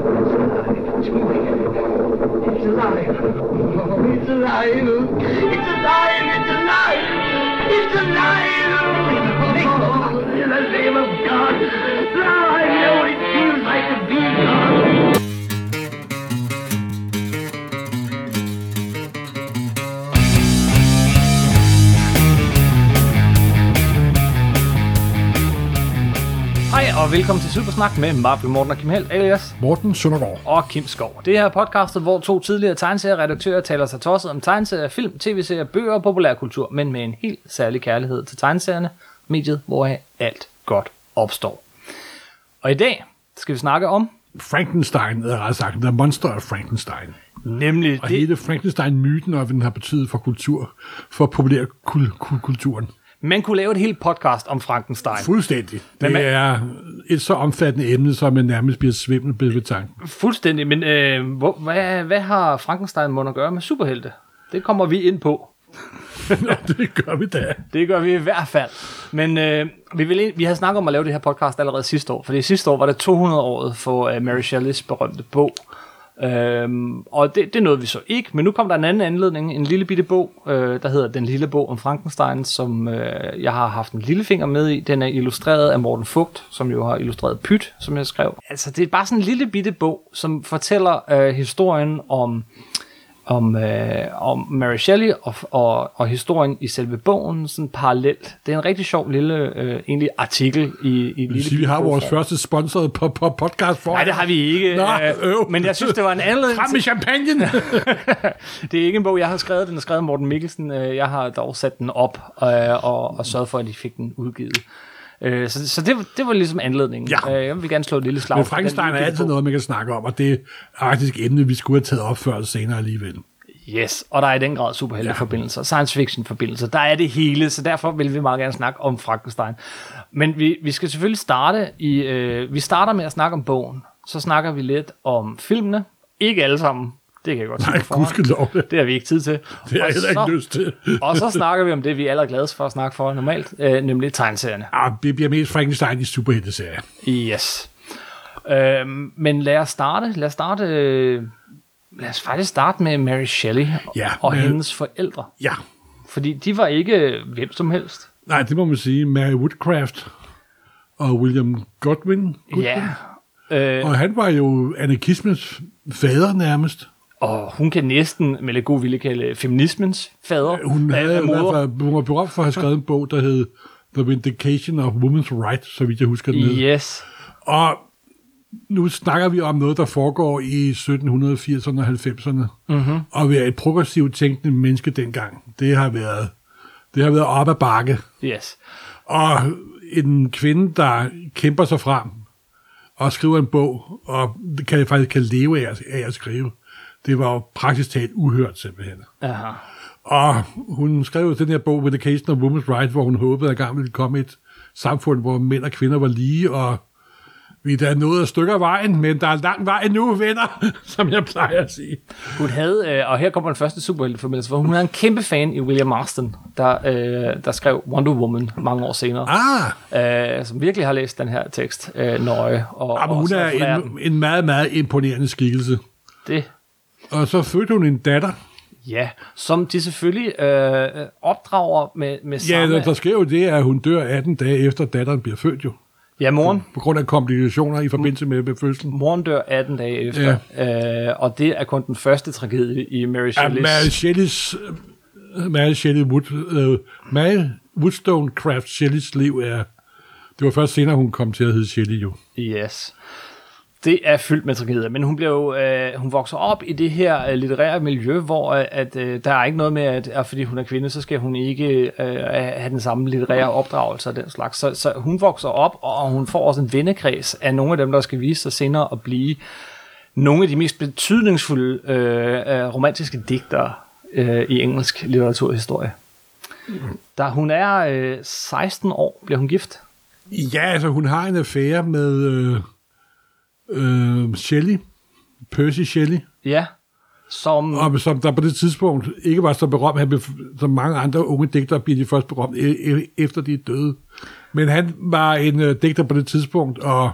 It's alive. Oh, it's alive. It's alive. It's alive. It's alive. Oh, in the name of God. Now I know what it feels like to be God. Hej og velkommen til Supersnak med Marvel, Morten og Kim Helt, alias Morten Søndergaard og Kim Skov. Det her er podcastet, hvor to tidligere tegneserieredaktører taler sig tosset om tegneserier, film, tv-serier, bøger og populærkultur, men med en helt særlig kærlighed til tegneserierne, mediet, hvor alt godt opstår. Og i dag skal vi snakke om Frankenstein, eller ret sagt, The Monster of Frankenstein. nemlig Og det. hele Frankenstein-myten, og hvad den har betydet for kultur, for populærkulturen. Man kunne lave et helt podcast om Frankenstein. Fuldstændig. Men Det er et så omfattende emne, som man nærmest bliver svimmel ved tanken. Fuldstændig, men hvad har Frankenstein må at gøre med superhelte? Det kommer vi ind på. Nå, det gør vi da. Det gør vi i hvert fald. Men vi havde snakket om at lave det her podcast allerede sidste år, fordi sidste år var det 200-året for Mary Shelleys berømte bog. Og det nåede vi så ikke, men nu kom der en anden anledning, en lille bitte bog, der hedder Den lille bog om Frankenstein, som jeg har haft en lille finger med i. Den er illustreret af Morten Fugt, som jo har illustreret Pyt, som jeg skrev. Altså det er bare sådan en lille bitte bog, som fortæller historien om Mary Shelley og historien i selve bogen sådan parallelt. Det er en rigtig sjov lille egentlig artikel i lille Vi har vores første sponsorede podcast for. Nej, det har vi ikke. Men jeg synes, det var en anledning. Frem med champagnen! Det er ikke en bog, jeg har skrevet. Den er skrevet af Morten Mikkelsen. Jeg har dog sat den op og sørget for, at de fik den udgivet. Så det var ligesom anledningen. Ja. Jeg vil gerne slå et lille slag. Men Frankenstein er altid noget, man kan snakke om, og det er faktisk et emne, vi skulle have taget op før eller senere alligevel. Yes, og der er i den grad superhelteforbindelser, science fiction forbindelser, der er det hele, så derfor vil vi meget gerne snakke om Frankenstein. Men vi skal selvfølgelig starte vi starter med at snakke om bogen, så snakker vi lidt om filmene, ikke alle sammen, det kan jeg godt sige på forhånd. Gudskelov. Det har vi ikke tid til. Det har jeg heller ikke lyst til. Og så snakker vi om det, vi er allergladest for at snakke for normalt, nemlig tegneserierne. Det bliver mest Frankenstein i superhelteserier. Yes. Men lad os faktisk starte med Mary Shelley og hendes forældre. Ja. Fordi de var ikke hvem som helst. Nej, det må man sige. Mary Woodcraft og William Godwin. Ja. Og han var jo anarkismens fader nærmest. Og hun kan næsten med lidt god vilje kalde feminismens fader. Hun var berømt for at have skrevet en bog, der hed The Vindication of Women's Rights, så vidt jeg husker den. Yes. Og nu snakker vi om noget, der foregår i 1780'erne og 90'erne. Mm-hmm. Og være et progressivt tænkende menneske dengang. Det har været op ad bakke. Yes. Og en kvinde, der kæmper sig frem og skriver en bog, og faktisk kan leve af at skrive. Det var jo praktisk talt uhørt simpelthen. Aha. Og hun skrev den her bog, Vindication of Women's Rights, hvor hun håbede, at gang ville komme et samfund, hvor mænd og kvinder var lige, og vi er da nået et stykke af vejen, men der er lang vej endnu, venner, som jeg plejer at sige. Hun havde, og her kommer den første superhelteforbindelse, for hun er en kæmpe fan i William Marston, der skrev Wonder Woman mange år senere. Som virkelig har læst den her tekst nøje. Men hun er en meget, meget imponerende skikkelse. Det. Og så fødte hun en datter. Ja, som de selvfølgelig opdrager med samme... Ja, der sker jo det, at hun dør 18 dage efter datteren bliver født jo. Ja, moren. På grund af komplikationer i forbindelse med fødslen. Moren dør 18 dage efter, og det er kun den første tragedie i Mary Shelleys... Mary Wollstonecraft Shelleys liv er... Det var først senere, hun kom til at hedde Shelley jo. Yes. Det er fyldt med tragedier, men hun vokser op i det her litterære miljø, hvor der er ikke noget med, at fordi hun er kvinde, så skal hun ikke have den samme litterære opdragelse af den slags. Så hun vokser op, og hun får også en vennekreds af nogle af dem, der skal vise sig senere at blive nogle af de mest betydningsfulde romantiske digtere i engelsk litteraturhistorie. Da hun er 16 år, bliver hun gift. Ja, altså hun har en affære med... Shelley, Percy Shelley. Ja, som der på det tidspunkt ikke var så berømt, som mange andre unge digtere bliver de først berømt efter de er døde. Men han var en digter på det tidspunkt, og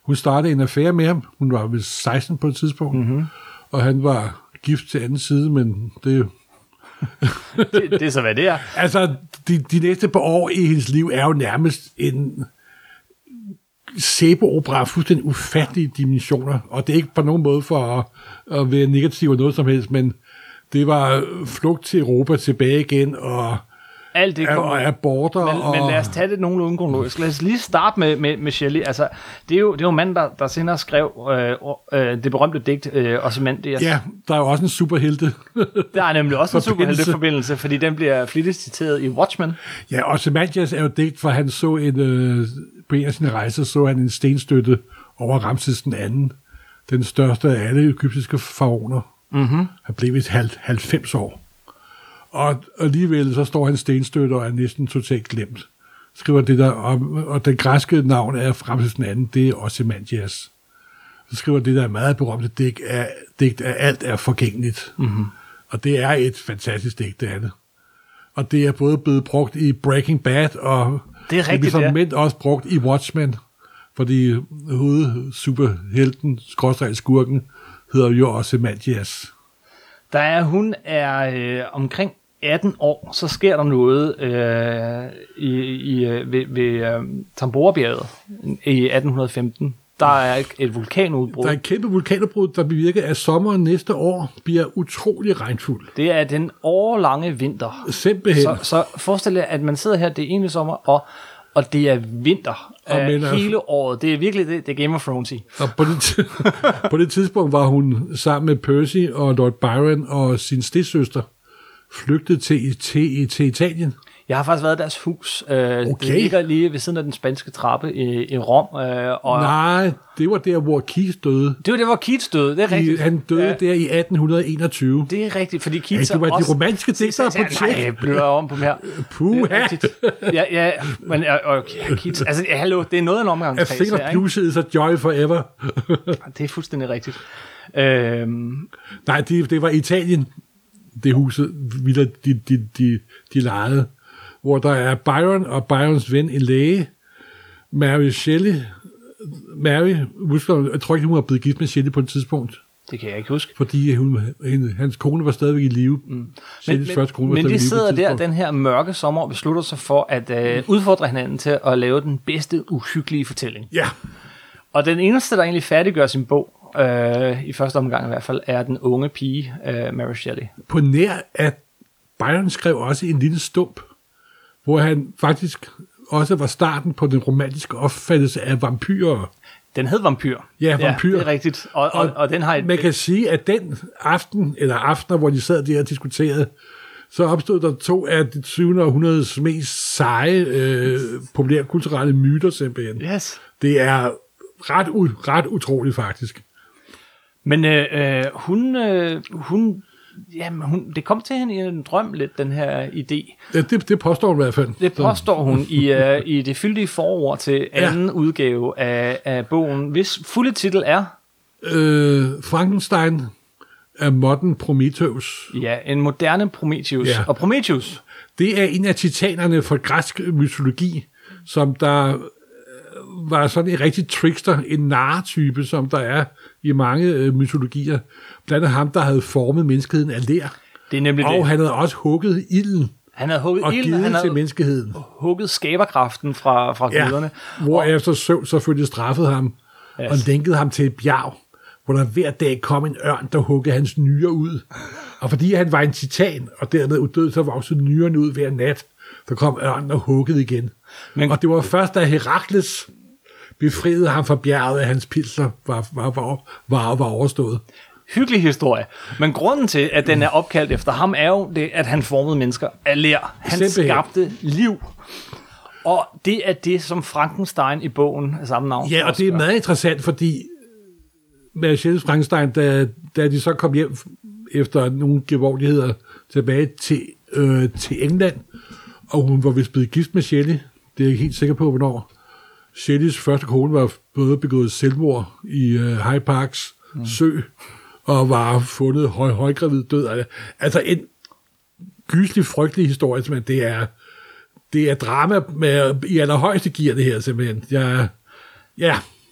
Hun startede en affære med ham. Hun var vist 16 på et tidspunkt. Og han var gift til anden side, men det... det er så, hvad det er. Altså, de næste par år i hendes liv er jo nærmest en sæbeopera af fuldstændig ufattelige dimensioner. Og det er ikke på nogen måde for at være negativ eller noget som helst, men det var flugt til Europa tilbage igen, og alt det kommer. Og aborter. Men lad os tage det nogenlunde kronologisk. Lad os lige starte med Shelley. Altså, det er jo manden, der senere skrev det berømte digt Ozymandias. Ja, der er jo også en superhelte. Der er nemlig også en superhelteforbindelse, fordi den bliver flittigt citeret i Watchmen. Ja, Ozymandias er jo digt, for han så på en af sine rejser så han en stenstøtte over Ramses den anden, den største af alle egyptiske faraoner. Han blev vist 90 år. Og alligevel så står han stenstøtte og er næsten totalt glemt. Skriver det der om, og den græske navn af Ramses den anden, det er Ozymandias. Så skriver det der meget berømte digt af alt er forgængeligt. Og det er et fantastisk digt, det er det. Og det er både blevet brugt i Breaking Bad, og det er rigtigt, det også brugt i Watchmen, fordi hovedsuperhelten, /skurken, hedder jo Ozymandias. Hun er omkring 18 år, så sker der noget ved Tamborabjerget i 1815. Der er et vulkanudbrud. Der er et kæmpe vulkanudbrud, der bevirker, at sommeren næste år bliver utrolig regnfuld. Det er den årlange vinter. Simpelthen. Så forestil jer, at man sidder her, det er egentlig sommer, og det er vinter hele året. Det er virkelig det er Game of Thrones. Og på det tidspunkt var hun sammen med Percy og Lord Byron og sin stedsøster flygtet til Italien. Jeg har faktisk været i deres hus. Det ligger lige ved siden af den spanske trappe i Rom. Nej, det var der, hvor Keats døde. Det var der, hvor Keats døde, det er rigtigt. Han døde der i 1821. Det er rigtigt, fordi Keats det var de romantiske digtere på tjek. Nej, jeg bløder om på dem her. Puha! Ja, men Keats, altså, hallo, det er noget af en omgangskreds. A thing of beauty is a joy forever. Det er fuldstændig rigtigt. Nej, det var Italien, det huset, de lejede, hvor der er Byron og Byrons ven, en læge, Mary Shelley. Jeg tror ikke, hun var blevet gift med Shelley på et tidspunkt. Det kan jeg ikke huske. Fordi hans kone var stadigvæk i live. Shelleys første kone var stadigvæk i live. Men de sidder der den her mørke sommer og beslutter sig for at udfordre hinanden til at lave den bedste uhyggelige fortælling. Ja. Og den eneste, der egentlig færdiggør sin bog, i første omgang i hvert fald, er den unge pige, Mary Shelley. På nær, at Byron skrev også en lille stump, hvor han faktisk også var starten på den romantiske opfattelse af vampyrer. Den hed Vampyr. Ja, Vampyr. Ja, det er rigtigt. Og den har man kan sige, at den aften, eller aftener, hvor de sad der og diskuterede, så opstod der 2 af det 7. århundredes mest seje populærkulturelle myter simpelthen. Yes. Det er ret utroligt faktisk. Men det kom til hende i en drøm lidt, den her idé. Ja, det påstår hun i hvert fald. Det påstår hun i det fyldige forord til anden udgave af bogen, hvis fulde titel er... Frankenstein er modern Prometheus. Ja, en moderne Prometheus. Ja. Og Prometheus, det er en af titanerne fra græsk mytologi, som der var sådan en rigtig trickster, en narretype, som der er i mange mytologier. Blandt andet ham, der havde formet menneskeheden af ler. Det er nemlig og det. han havde også hugget ilden. Han havde hugget og ilden, givet han havde til menneskeheden. Hugget skaberkraften fra guderne. Hvorefter Zeus selvfølgelig straffede ham og lænkede ham til et bjerg, hvor der hver dag kom en ørn, der huggede hans nyrer ud. Og fordi han var en titan, og dermed udød, så voksede nyrerne ud hver nat. Der kom ørnen og huggede igen. Og det var først, da Herakles befriede ham fra bjerget, at hans pidsler var overstået. Hyggelig historie. Men grunden til, at den er opkaldt efter ham, er jo det, at han formede mennesker af ler. Han skabte liv. Og det er det, som Frankenstein i bogen af samme navn. Ja, og det er meget interessant, fordi med Shelley's Frankenstein, da de så kom hjem efter nogle gevordigheder tilbage til England, og hun var vist blevet gift med Shelley, det er jeg ikke helt sikker på, hvornår. Shelleys første kone var både begået selvmord i Hyde Parks sø, og var fundet højgravid død. Altså en gyselig, frygtelig historie, men det er drama med, i allerhøjeste gear, det her simpelthen.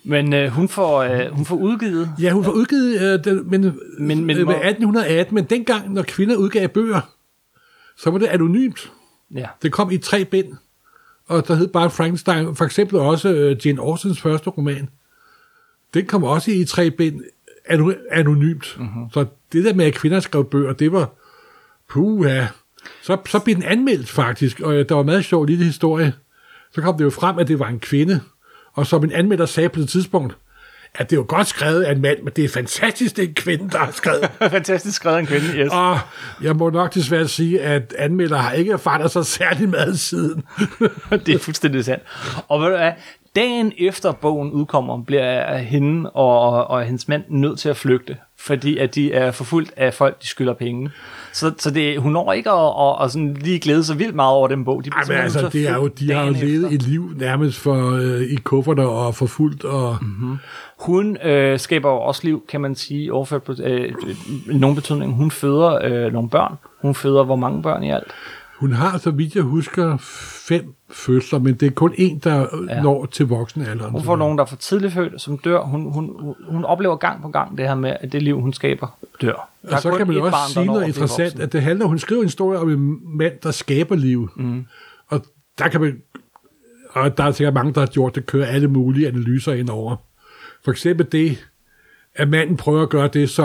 Men hun får udgivet... Ja, hun får udgivet men ved 1818, men dengang, når kvinder udgav bøger, så var det anonymt. Ja. Det kom i 3 bind, og der hed bare Frankenstein. For eksempel også Jane Austens første roman. Den kom også i 3 bind anonymt. Mm-hmm. Så det der med, at kvinder skrev bøger, det var... Puha. Så blev den anmeldt faktisk, og der var en meget sjov lille historie. Så kom det jo frem, at det var en kvinde, og som en anmelder sagde på det tidspunkt, at det var godt skrevet af en mand, men det er fantastisk, det er en kvinde, der har skrevet. Fantastisk skrevet af en kvinde, yes. Og jeg må nok desværre sige, at anmelder har ikke forandret sig særlig meget siden. Det er fuldstændig sandt. Og ved du hvad, dagen efter bogen udkommer, bliver hende og hendes mand nødt til at flygte, fordi at de er forfulgt af folk, de skylder penge. Så det, hun når ikke at sådan lige glæde sig vildt meget over den bog. De har jo levet et liv nærmest for i kufferter og forfulgt. Og... Mm-hmm. Hun skaber jo også liv, kan man sige, overført på nogen betydning. Hun føder nogle børn. Hun føder hvor mange børn i alt? Hun har, så vidt jeg husker, 5 fødsler, men det er kun en, der når til voksenalderen. Hun får nogen, der er for tidligt født, som dør. Hun oplever gang på gang det her med, at det liv, hun skaber, dør. Og så kan man også sige noget interessant, at det handler, hun skriver en historie om en mand, der skaber liv. Mm. Og der kan man, og der er sikkert mange, der har gjort det, kører alle mulige analyser ind over. For eksempel det, at manden prøver at gøre det,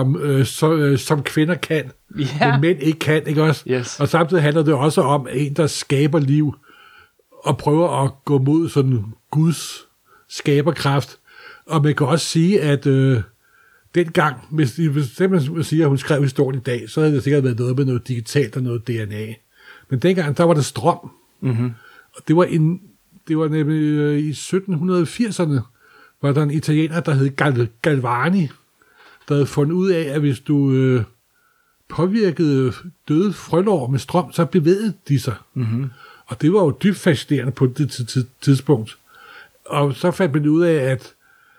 som kvinder kan, men mænd ikke kan, ikke også? Yes. Og samtidig handler det også om en, der skaber liv, og prøver at gå mod sådan Guds skaberkraft. Og man kan også sige, at dengang, hvis man siger, at hun skrev historien i dag, så havde det sikkert været noget med noget digitalt og noget DNA. Men dengang, der var der strøm. Mm-hmm. Og det var nemlig i 1780'erne, var der en italiener, der hed Galvani, der havde fundet ud af, at hvis du påvirkede døde frølår med strøm, så bevægede de sig. Mm-hmm. Og det var jo dybt fascinerende på det tidspunkt. Og så fandt man ud af, at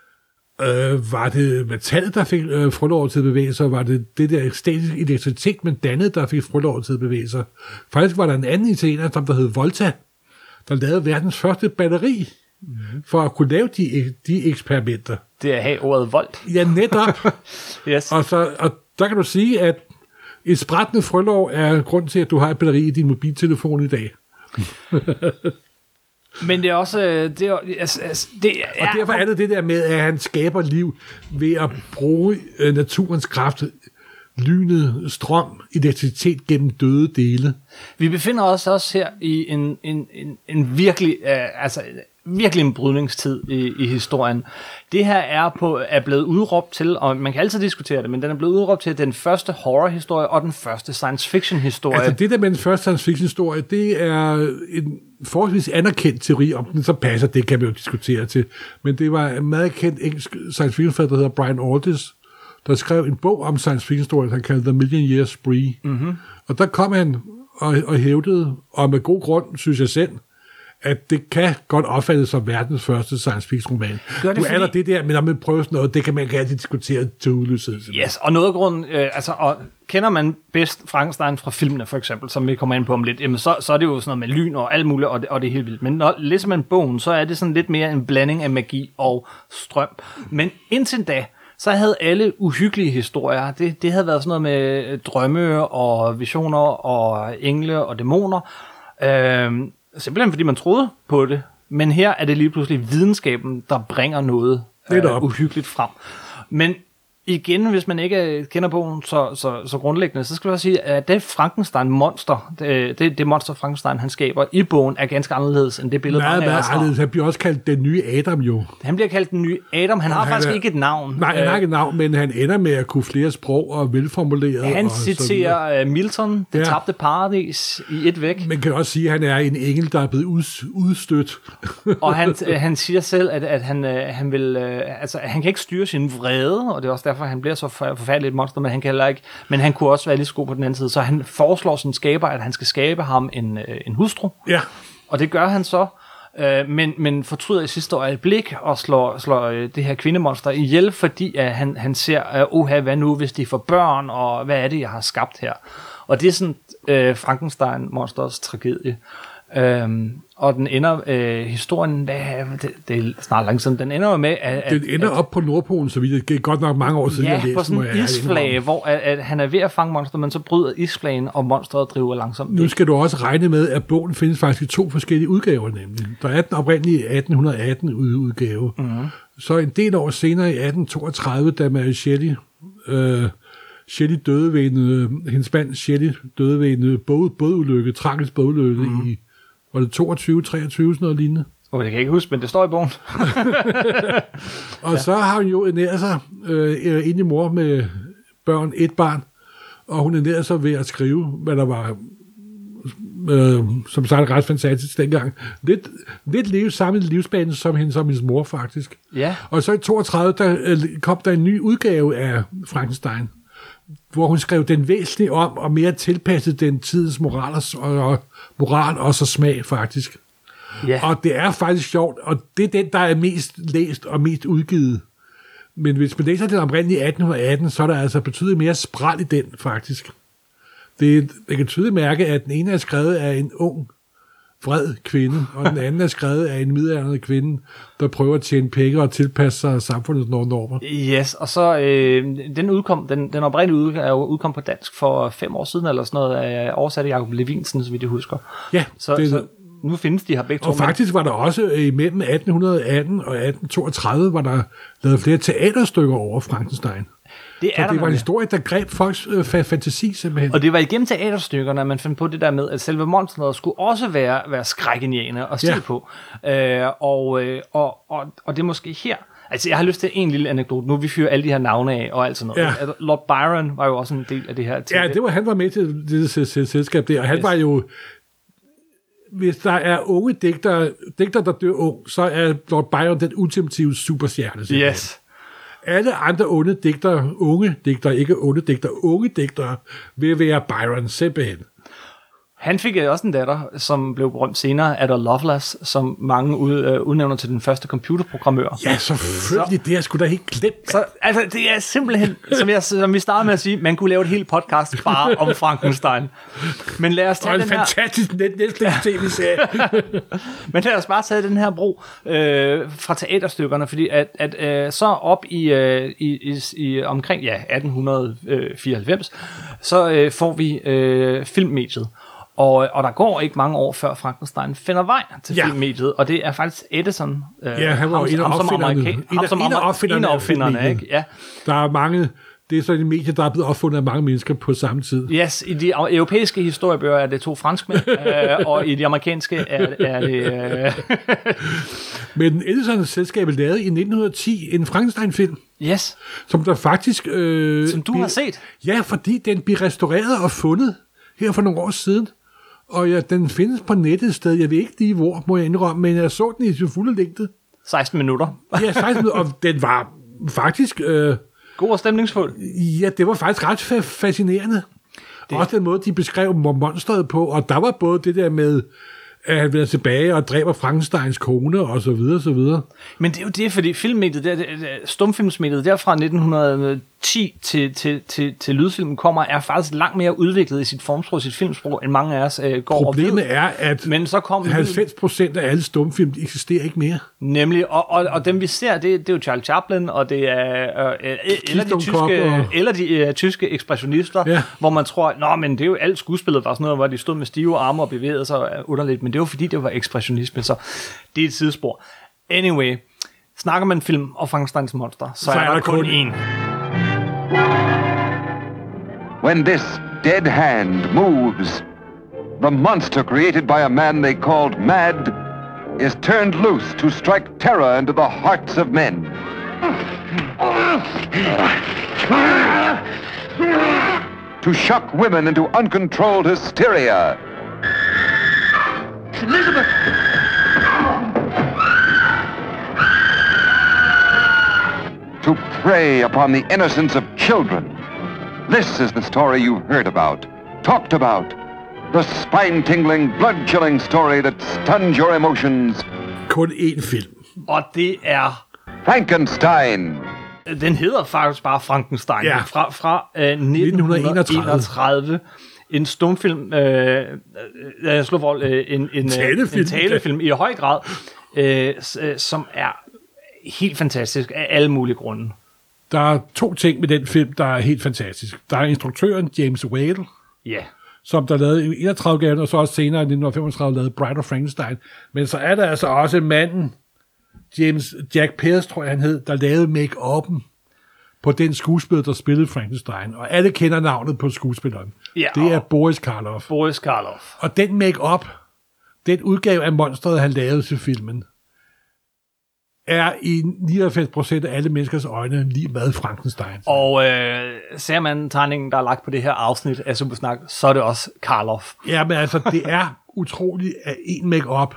var det metallet, der fik frølår til at bevæge sig, var det der statisk elektricitet, men dannet, der fik frølår til at bevæge sig. Faktisk var der en anden italiener, der hed Volta, der lavede verdens første batteri, for at kunne lave de eksperimenter. Det er at have ordet volt. Ja, netop. Yes. Og der kan du sige, at et sprættende frølår er grund til, at du har et batteri i din mobiltelefon i dag. Men det er også... Og derfor er det der med, at han skaber liv ved at bruge naturens kraft, lynet, strøm, elektricitet gennem døde dele. Vi befinder os også her i en virkelig... virkelig en brydningstid i historien. Det her er blevet udråbt til, og man kan altid diskutere det, men den er blevet udråbt til den første horrorhistorie og den første science fiction historie. Altså det der med den første science fiction historie, det er en forholdsvis anerkendt teori, om den så passer, det kan man jo diskutere til. Men det var en meget kendt engelsk science fiction forfatter, der hedder Brian Aldiss, der skrev en bog om science fiction historie, han kaldte The Million Year Spree. Mm-hmm. Og der kom han og hævdede, og med god grund, synes jeg selv, at det kan godt opfattes som verdens første science fiction roman. Det der, men når man prøver sådan noget, det kan man ikke altid diskutere til udløshed. Yes, og noget af grunden, og kender man bedst Frankenstein fra filmene for eksempel, som vi kommer ind på om lidt, jamen så er det jo sådan noget med lyn og alt muligt, og det er helt vildt. Men når læser man bogen, så er det sådan lidt mere en blanding af magi og strøm. Men indtil da, så havde alle uhyggelige historier, det havde været sådan noget med drømme og visioner og engle og dæmoner, simpelthen fordi man troede på det, men her er det lige pludselig videnskaben, der bringer noget uhyggeligt frem. Men igen, hvis man ikke kender bogen så grundlæggende, så skal jeg sige, at det Frankenstein-monster, det monster Frankenstein, han skaber i bogen, er ganske anderledes end det billede, mange af os har. Han bliver også kaldt den nye Adam jo. Han bliver kaldt den nye Adam. Han har faktisk ikke et navn. Nej, han har ikke et navn, men han ender med at kunne flere sprog og velformuleret. Han citerer Milton, det tabte paradis i et væk. Man kan også sige, at han er en engel, der er blevet udstødt. Og han siger selv, at han vil, han kan ikke styre sin vrede, og det er også derfor, han bliver så forfærdelig et monster, men han kan heller ikke, men han kunne også være lige så god på den anden side, så han foreslår sin skaber, at han skal skabe ham en hustru. Ja. Og det gør han så, men fortryder i sidste øjeblik og slår det her kvindemonster ihjel, fordi han ser, hvad nu, hvis de får børn, og hvad er det, jeg har skabt her? Og det er sådan Frankenstein-monsters tragedie. Og den ender, historien, det er snart langt siden, den ender jo med, at... Den ender op på Nordpolen, så vidt det er godt nok mange år siden, jeg læste. På sådan en isflage, hvor at han er ved at fange monster, men så bryder isflagen, og monsteret driver langsomt. Nu skal du også regne med, at bogen findes faktisk i 2 forskellige udgaver, nemlig. Der er den oprindelige 1818 udgave. Mm-hmm. Så en del år senere, i 1832, da Mary Shelley døde ved en, hendes mand Shelley døde ved en bådulykke, tragisk bådulykke i, var det 22, 23, sådan noget lignende? Det kan jeg ikke huske, men det står i bogen. Og så har hun jo ernæret sig inde i mor med et barn, og hun ernærede sig ved at skrive, hvad der var, som sagt, ret fantastisk dengang. Lidt samme livsbane som hendes mor, faktisk. Ja. Og så i 32, der kom der en ny udgave af Frankenstein, hvor hun skrev den væsentligt om, og mere tilpasset den tidens moral og så smag, faktisk. Ja. Og det er faktisk sjovt, og det er den, der er mest læst og mest udgivet. Men hvis man læser den oprindelige 1818, så er der altså betydeligt mere spræl i den, faktisk. Man kan tydeligt mærke, at den ene er skrevet af en ung, vred kvinde, og den anden er skrevet af en midaldrende kvinde, der prøver at tjene penge og tilpasse sig samfundets normer. Yes, og så den oprindelige udkom på dansk for 5 år siden, eller sådan noget, oversat af Jacob Levinsen, så vidt jeg husker. Ja, så nu findes de her begge to. Og faktisk var der også imellem 1818 og 1832, var der lavet flere teaterstykker over Frankenstein. Det var en historie, der greb folks fantasi simpelthen. Og det var igennem teaterstykkerne, at man fandt på det der med, at selve monsteret skulle også være skrækindjagende og se på. Og det er måske her. Altså, jeg har lyst til en lille anekdote. Nu vi fyrer alle de her navne af og alt sådan noget. Ja. Lord Byron var jo også en del af det her. Han var med til det selskab der, og han var jo... Hvis der er unge digter, der dør ung, så er Lord Byron den ultimative superstjerne. Yes. Alle andre unge digtere vil være Byron simpelthen. Han fik også en datter, som blev berømt senere, Ada Lovelace, som mange udnævner til den første computerprogrammør. Ja, selvfølgelig. Det er sgu da helt glemt. Så, altså, det er simpelthen, som vi startede med at sige, man kunne lave et helt podcast bare om Frankenstein. Men lad os tage den her... fantastisk Netflix-tv-serie. Men lad os bare tage den her bro fra teaterstykkerne, fordi at så op i omkring 1894, så får vi filmmediet. Og der går ikke mange år, før Frankenstein finder vej til filmmediet, og det er faktisk Edison. Han var en af opfinderne. Ikke? Ja. Der er mange... Det er så et medie, der er blevet opfundet af mange mennesker på samme tid. Yes, i de europæiske historiebøger er det 2 franskmænd, og i de amerikanske er det... Men Edisons selskab lavede i 1910 en Frankenstein-film. Yes. Som der faktisk... som du har set? Ja, fordi den blev restaureret og fundet her for nogle år siden. Og den findes på nettet et sted. Jeg ved ikke lige hvor, må jeg indrømme, men jeg så den i sin fulde længde. 16 minutter. Ja, 16 minutter, og den var faktisk... god og stemningsfuld. Ja, det var faktisk ret fascinerende. Også den måde, de beskrev monsteret på, og der var både det der med, at han vender tilbage og dræber Frankensteins kone, og så videre, så videre. Men det er jo det, fordi filmmediet, stumfilmsmediet, der fra 1910 til lydfilmen kommer, er faktisk langt mere udviklet i sit formsprog, sit filmsprog, end mange af os går. Problemet er, at men så kom 90% af alle stumfilm eksisterer ikke mere. Nemlig, og dem vi ser, det er jo Charles Chaplin, og det er eller de tyske ekspressionister, hvor man tror, men det er jo alt skuespillet var sådan noget, hvor de stod med stive arme og bevægede sig underligt, men det var fordi, det var ekspressionisme, så det er et sidespor. Anyway, snakker man film og Frankensteins monster, så er der kun én. When this dead hand moves, the monster created by a man they called Mad is turned loose to strike terror into the hearts of men. To shock women into uncontrolled hysteria. Elizabeth! To prey upon the innocence of children. This is the story you've heard about, talked about. The spine-tingling, blood-chilling story that stuns your emotions. Kun én film. Og det er... Frankenstein. Den hedder faktisk bare Frankenstein. Ja. Fra 1931. en stumfilm, en talefilm i høj grad, som er helt fantastisk af alle mulige grunde. Der er 2 ting med den film, der er helt fantastisk. Der er instruktøren James Whale, som der lavede 31 gaver, og så også senere i 1935 lavede Bride of Frankenstein. Men så er der altså også manden, Jack Pierce, tror jeg han hed, der lavede make-up'en på den skuespiller, der spillede Frankenstein. Og alle kender navnet på skuespilleren. Ja, det er Boris Karloff. Boris Karloff. Og den make-up, den udgave af monstret, han lavede til filmen, er i 99% af alle menneskers øjne lige med Frankenstein. Og ser man tegningen, der er lagt på det her afsnit af Supersnak, så er det også Karloff. Ja, men altså, det er utroligt, at en make-up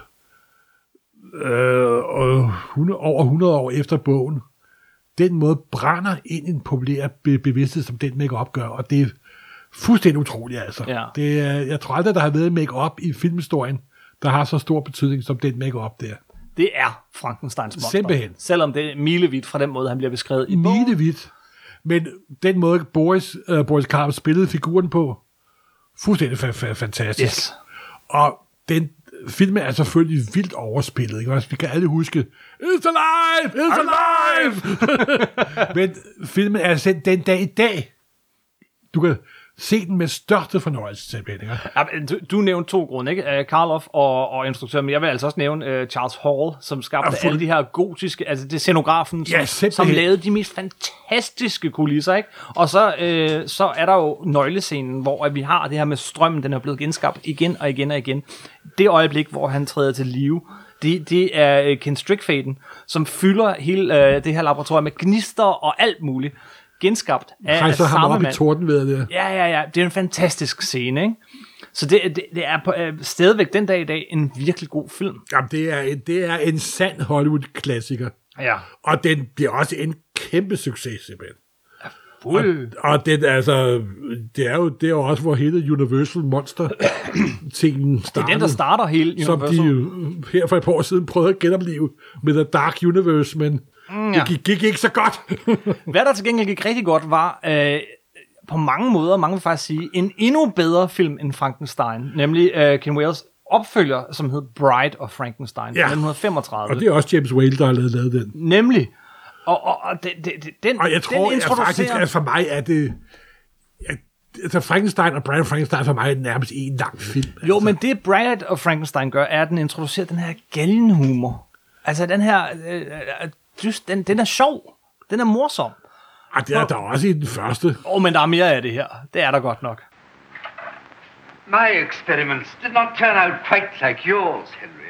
over 100 år efter bogen, den måde brænder ind i en populær bevidsthed, som den make-up gør, og det er fuldstændig utroligt, altså. Ja. Det er, jeg tror aldrig, der har været make-up i filmhistorien, der har så stor betydning som den make-up der. Det er Frankensteins monster. Simpelthen. Selvom det er milevidt fra den måde, han bliver beskrevet i bogen. Milevidt. Men den måde, Boris Karloff spillede figuren på, fuldstændig fantastisk. Yes. Og den film er selvfølgelig vildt overspillet. Ikke? Vi kan alle huske, It's alive! It's alive! Men filmen er sendt den dag i dag. Du kan se den med største fornøjelse, simpelthen. Ja, du nævnte 2 grunde, ikke? Karloff og instruktør, men jeg vil altså også nævne Charles Hall, som skabte alle de her gotiske, altså det er scenografen, som lavede de mest fantastiske kulisser, ikke? Og så er der jo nøglescenen, hvor vi har det her med strømmen, den er blevet genskabt igen og igen og igen. Det øjeblik, hvor han træder til live, det er Ken Strickfaden, som fylder hele det her laboratorium med gnister og alt muligt. Genskabt af samme mand. I tordenvejret der. Ja. Det er en fantastisk scene, ikke? Så det er stadigvæk den dag i dag en virkelig god film. Jamen, det er en sand Hollywood-klassiker. Ja. Og den bliver også en kæmpe succes, simpelthen. Og den, altså, det er jo også, hvor hele Universal Monster-tingen starter. Det er den, der starter hele Universal. Som de her for et par år siden prøvede at genopleve med The Dark Universe, men det gik ikke så godt. Hvad der til gengæld gik rigtig godt, var på mange måder, mange vil faktisk sige, en endnu bedre film end Frankenstein, nemlig Ken Wales opfølger, som hed Bride of Frankenstein, 1935. Og det er også James Whale, der har lavet den. Nemlig. Og jeg tror faktisk, at for mig er det... Altså Frankenstein og Bride of Frankenstein for mig er nærmest en lang film. Jo, altså. Men det Bride of Frankenstein gør, er, at den introducerer den her galgenhumor. Altså den her... Den er sjov. Den er morsom. Og det er der også i den første. Men der er mere af det her. Det er der godt nok. My experiments did not turn out quite like yours, Henry.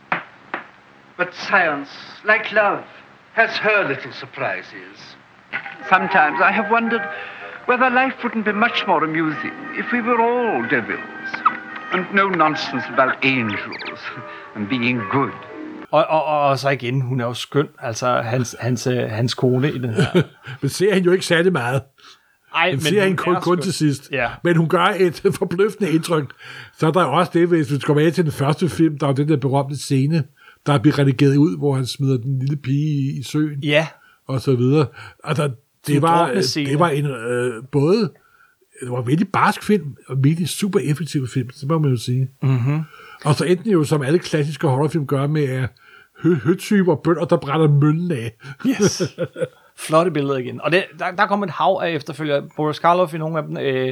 But science, like love, has her little surprises. Sometimes I have wondered whether life wouldn't be much more amusing if we were all devils. And no nonsense about angels and being good. Og så igen, hun er jo skøn, altså hans kone i den her. Men ser hende jo ikke særlig meget. Ej, men ser hende kun til sidst. Ja. Men hun gør et forbløffende indtryk. Så er der også det, hvis vi skal med til den første film, der er den der berømte scene, der bliver redigeret ud, hvor han smider den lille pige i søen. Ja. Og så videre. Altså, det var en både... Det var en virkelig barsk film, og en virkelig super effektiv film, det må man jo sige. Mm-hmm. Og så enten jo, som alle klassiske horrorfilm gør, med høtyper og bønder, der brænder møllen af. Yes. Flotte billeder igen. Og der kom et hav af efterfølger. Boris Karloff i nogle af dem,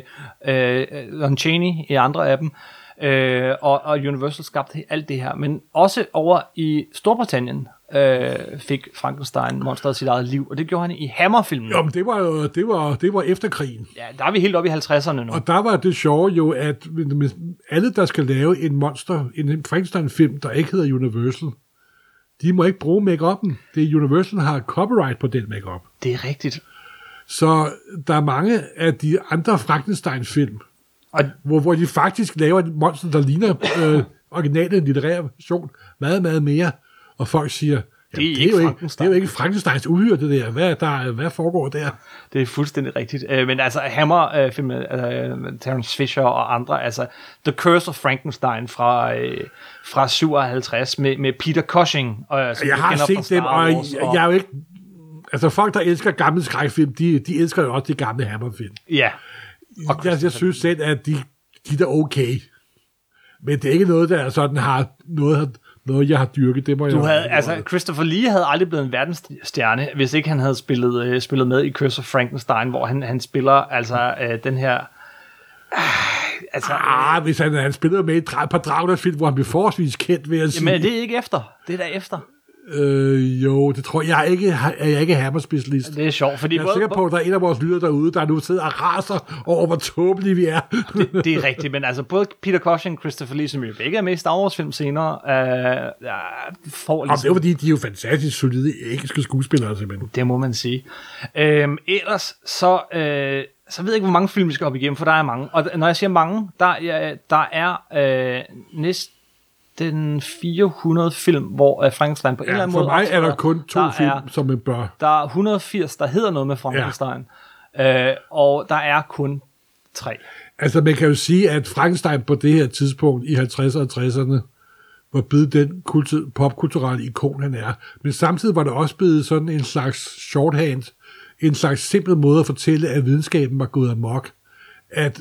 Lon Chaney i andre af dem, og Universal skabte alt det her. Men også over i Storbritannien fik Frankenstein monsteret sit eget liv, og det gjorde han i Hammer-filmen. Jo, men det var efter krigen. Ja, der er vi helt oppe i 50'erne nu. Og der var det sjove jo, at alle, der skal lave en Frankenstein-film, der ikke hedder Universal, de må ikke bruge make-up'en. Det er Universal har copyright på den make-up. Det er rigtigt. Så der er mange af de andre Frankenstein-film, hvor de faktisk laver et monster, der ligner originale litterære version meget, meget mere. Og folk siger, det er jo ikke Frankensteins uhyre, det der. Hvad foregår der? Det er fuldstændig rigtigt. Men altså Hammer-filmen, Terence Fisher og andre, altså The Curse of Frankenstein fra 57 med Peter Cushing. Jeg har set dem, og jeg er jo ikke... Altså folk, der elsker gamle skrækfilm, de elsker jo også de gamle Hammer-film. Ja. Jeg synes selv, at de er da okay. Men det er ikke noget, der sådan har noget jeg har dyrket. Det må Christopher Lee havde aldrig blevet en verdensstjerne, hvis ikke han havde spillet med i Curse of Frankenstein, hvor han spiller den her... hvis han spillede med i et par Dragner-film, hvor han blev forholdsvis kendt, vil jeg sige. Men det er ikke efter. Det er der efter. Jo, det tror jeg ikke. Jeg er ikke Hammer-specialist. Det er sjovt, fordi... Jeg er sikker på, at der er en af vores lytter derude, der nu sidder og raser over, hvor tåbelige vi er. det er rigtigt, men altså både Peter Cushing og Christopher Lee, som jo begge er med i Star Wars-film senere, får ligesom... det er jo fordi, de er jo fantastisk solide engelske skuespillere, simpelthen. Det må man sige. Ellers så ved jeg ikke, hvor mange film vi skal op igennem, for der er mange. Og når jeg siger mange, der er næsten 400 film, hvor Frankenstein på en eller anden måde... For mig er der kun 2 film, som man bør... Der er 180, der hedder noget med Frankenstein, og der er kun 3. Altså, man kan jo sige, at Frankenstein på det her tidspunkt i 50'erne og 60'erne var blevet den popkulturelle ikon, han er. Men samtidig var det også blevet sådan en slags shorthand, en slags simpel måde at fortælle, at videnskaben var gået amok. At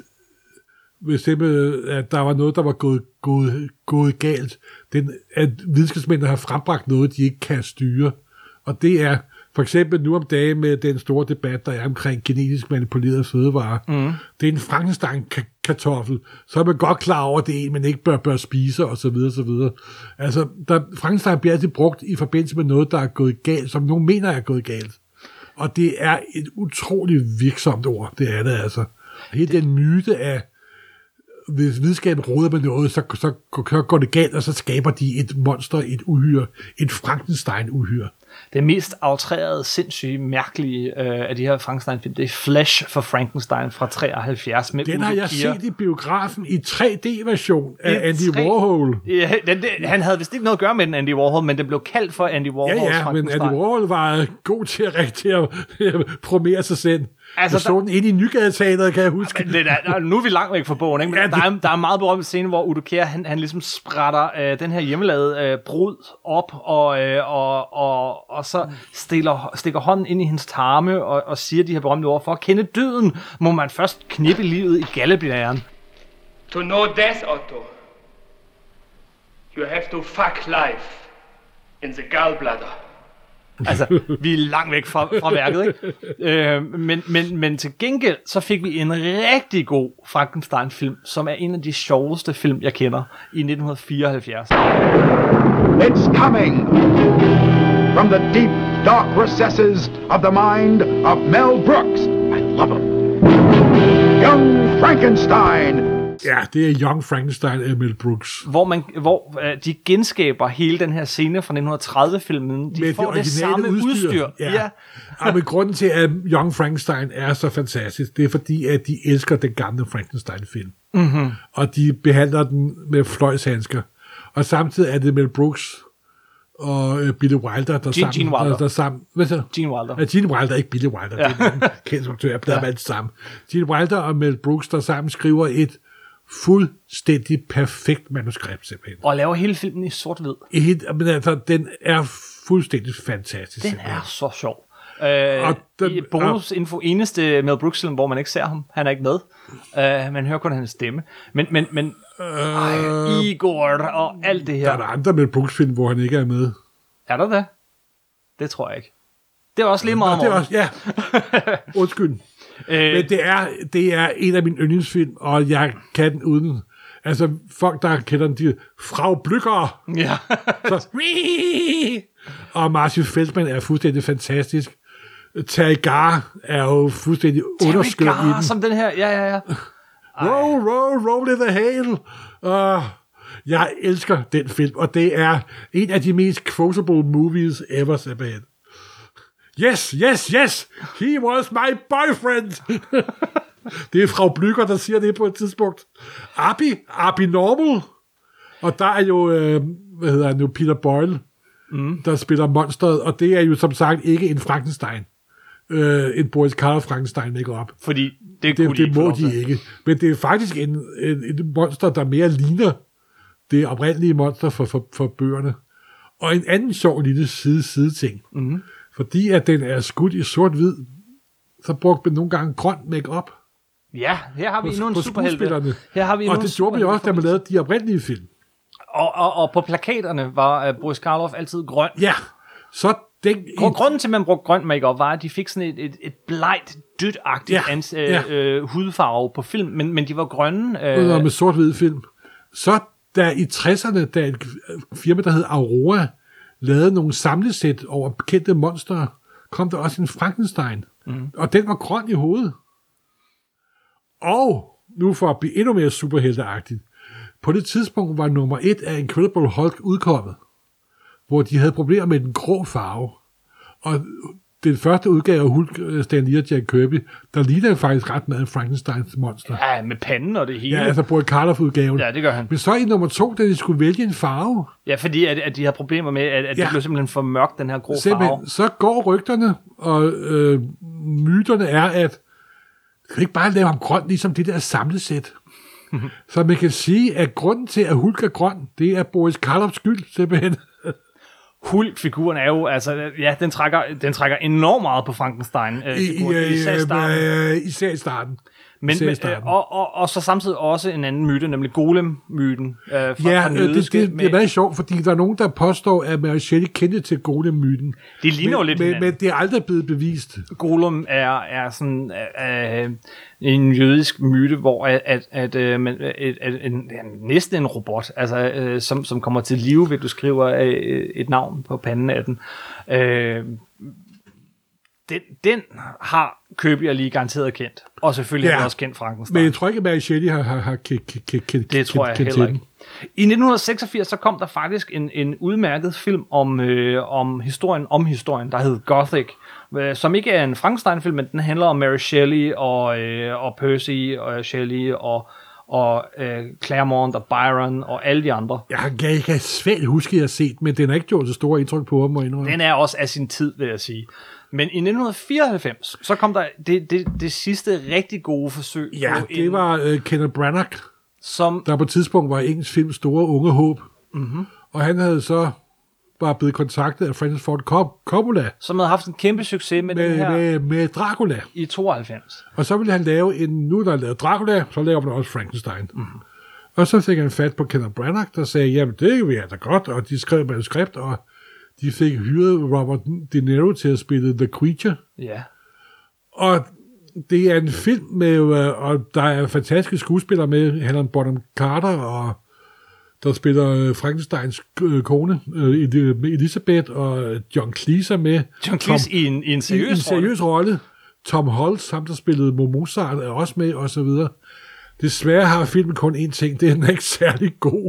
der var noget, der var gået galt. At videnskabsmændene har frembragt noget, de ikke kan styre. Og det er for eksempel nu om dagen med den store debat, der er omkring genetisk manipulerede fødevarer. Det er en Frankenstein-kartoffel. Så er man godt klar over, at det er en, man ikke bør spise, og så videre, så videre. Altså, Frankenstein bliver altid brugt i forbindelse med noget, der er gået galt, som nogen mener er gået galt. Og det er et utroligt virksomt ord, det er det altså. Hele den myte af, hvis videnskaben råder med noget, så går det galt, og så skaber de et monster, et uhyre, et Frankenstein-uhyre. Det mest outrerede, sindssygt mærkelige af de her Frankenstein-film, det er Flesh for Frankenstein fra 73. Med den har jeg set i biografen i 3D-version af Andy Warhol. Ja, han havde vist ikke noget at gøre med den, Andy Warhol, men det blev kaldt for Andy Warhols Frankenstein. Men Andy Warhol var god til at promere sig selv. Altså, jeg så den inde i Nygadeteateret, kan jeg huske. Nu er vi langt væk fra bogen, ikke? Men der er en meget berømt scene, hvor Udo Kier, han ligesom sprætter den her hjemmelavede brud op, og så stikker hånden ind i hendes tarme, og siger de her berømte ord: for at kende døden, må man først knippe livet i galleblæren. To know death, Otto, you have to fuck life in the gallbladder. Altså, vi er langt væk fra værket, ikke? Men til gengæld, så fik vi en rigtig god Frankenstein-film, som er en af de sjoveste film, jeg kender, i 1974. It's coming from the deep, dark recesses of the mind of Mel Brooks. I love him. Young Frankenstein. Ja, det er Young Frankenstein af Mel Brooks. Hvor de genskaber hele den her scene fra 1930-filmen. De får det samme udstyr. Ja. Men grunden til, at Young Frankenstein er så fantastisk, det er fordi, at de elsker den gamle Frankenstein-film. Mm-hmm. Og de behandler den med fløjshandsker. Og samtidig er det Mel Brooks og Billy Wilder, der sammen... Hvad så? Gene Wilder. Ja, Gene Wilder, ikke Billy Wilder. Ja. Det er en kendt instruktør, jeg blader alt sammen. Gene Wilder og Mel Brooks, der sammen skriver et fuldstændig perfekt manuskript, simpelthen. Og laver hele filmen i sort-hvid. Men altså, den er fuldstændig fantastisk. Den simpelthen. er så sjov. Bonusinfo, eneste Mel Brooks, hvor man ikke ser ham. Han er ikke med. Man hører kun hans stemme. Men Igor og alt det her. Der er der andre Mel Brooks-film, hvor han ikke er med. Er der det? Det tror jeg ikke. Det er også lige meget det er også, ja. Undskyld. Men det er en af mine yndlingsfilm, og jeg kan den uden... Altså, folk, der kender den, de Frau Blücher. Ja. Og Martin Feldman er fuldstændig fantastisk. Terry Garr er jo fuldstændig underskøn i den. Som den her, ja. Roll in the hail. Jeg elsker den film, og det er en af de mest quotable movies ever, simpelthen. Yes, he was my boyfriend. Det er Frau Blücher, der siger det på et tidspunkt. Abi Normal. Og der er jo, Peter Boyle, der spiller monsteret, og det er jo som sagt ikke en Frankenstein. En Boris Karloff Frankenstein ikke op. Fordi det må de ikke. Men det er faktisk en monster, der mere ligner det oprindelige monster for bøgerne. Og en anden sjov lille side-ting. Mm-hmm. Fordi at den er skudt i sort-hvid, så brugte man nogle gange grøn make-up. Ja, her har vi endnu en på superhelte. skuespillerne. Her har vi endnu Og en det gjorde vi også, da man lavede de oprindelige film. Og på plakaterne var Boris Karloff altid grøn. Ja, så den... Grunden til, at man brugte grøn makeup var, at de fik sådan et blegt, dødt-agtigt hudfarve på film, men de var grønne. Med sort-hvid film. Så der i 60'erne, da et firma, der hed Aurora, lavede nogle samlesæt over kendte monstre, kom der også en Frankenstein. Og den var grøn i hovedet. Og nu for at blive endnu mere superhelteagtigt, på det tidspunkt var nummer 1 af Incredible Hulk udkommet, hvor de havde problemer med den grå farve. Og den første udgave af Hulk, Stan Lee og Jack Kirby, der ligner faktisk ret meget Frankensteins monster. Ja, med panden og det hele. Ja, altså Boris Karloff-udgaven. Ja, det gør han. Men så i nummer 2, da de skulle vælge en farve. Ja, fordi at de havde problemer med, at det blev simpelthen for mørkt, den her grå farve. Så går rygterne, og myterne er, at kan ikke bare lave ham grøn, ligesom det der samlesæt. Så man kan sige, at grunden til, at Hulk er grøn, det er Boris Karloffs skyld, simpelthen. Hulk-figuren er jo, altså, ja, den trækker enormt meget på Frankenstein. Især i starten. Og så samtidig også en anden myte, nemlig Golem-myten. Det er meget sjovt, fordi der er nogen, der påstår, at Mary Shelley kendte til Golem-myten. Det ligner jo lidt men det er aldrig blevet bevist. Golem er sådan en jødisk myte, hvor næsten en robot, altså, som kommer til live, ved du skriver et navn på panden af den. Den har Kirby lige garanteret kendt. Og selvfølgelig har den også kendt Frankenstein. Men jeg tror ikke, at Mary Shelley har kendt. Det tror jeg heller ikke. I 1986 så kom der faktisk en udmærket film om historien, der hed Gothic, som ikke er en Frankenstein-film, men den handler om Mary Shelley og Percy og Shelley og Claremont og Byron og alle de andre. Jeg kan svært huske, at jeg har set, men den har ikke gjort så store indtryk på ham. Den er også af sin tid, vil jeg sige. Men i 1994, så kom der det sidste rigtig gode forsøg. Ja, det var Kenneth Branagh, der på et tidspunkt var engelsk films store unge håb. Mm-hmm. Og han havde så bare blevet kontaktet af Francis Ford Coppola. Som havde haft en kæmpe succes med den her... Med Dracula. I 92. Og så ville han lave nu der er lavet Dracula, så laver man også Frankenstein. Mm-hmm. Og så fik han fat på Kenneth Branagh, der sagde, jamen det vil jeg da godt, og de skrev manuskript, og de fik hyret Robert De Niro til at spille The Creature. Ja. Og det er en film med, og der er fantastiske skuespillere med, Helena Bonham Carter, og der spiller Frankensteins kone, Elizabeth, og John Cleese er med. John Cleese i en seriøs rolle. Tom Hulce, ham der spillede Mozart, er også med, og så videre. Desværre har filmen kun én ting, det er den ikke særlig god.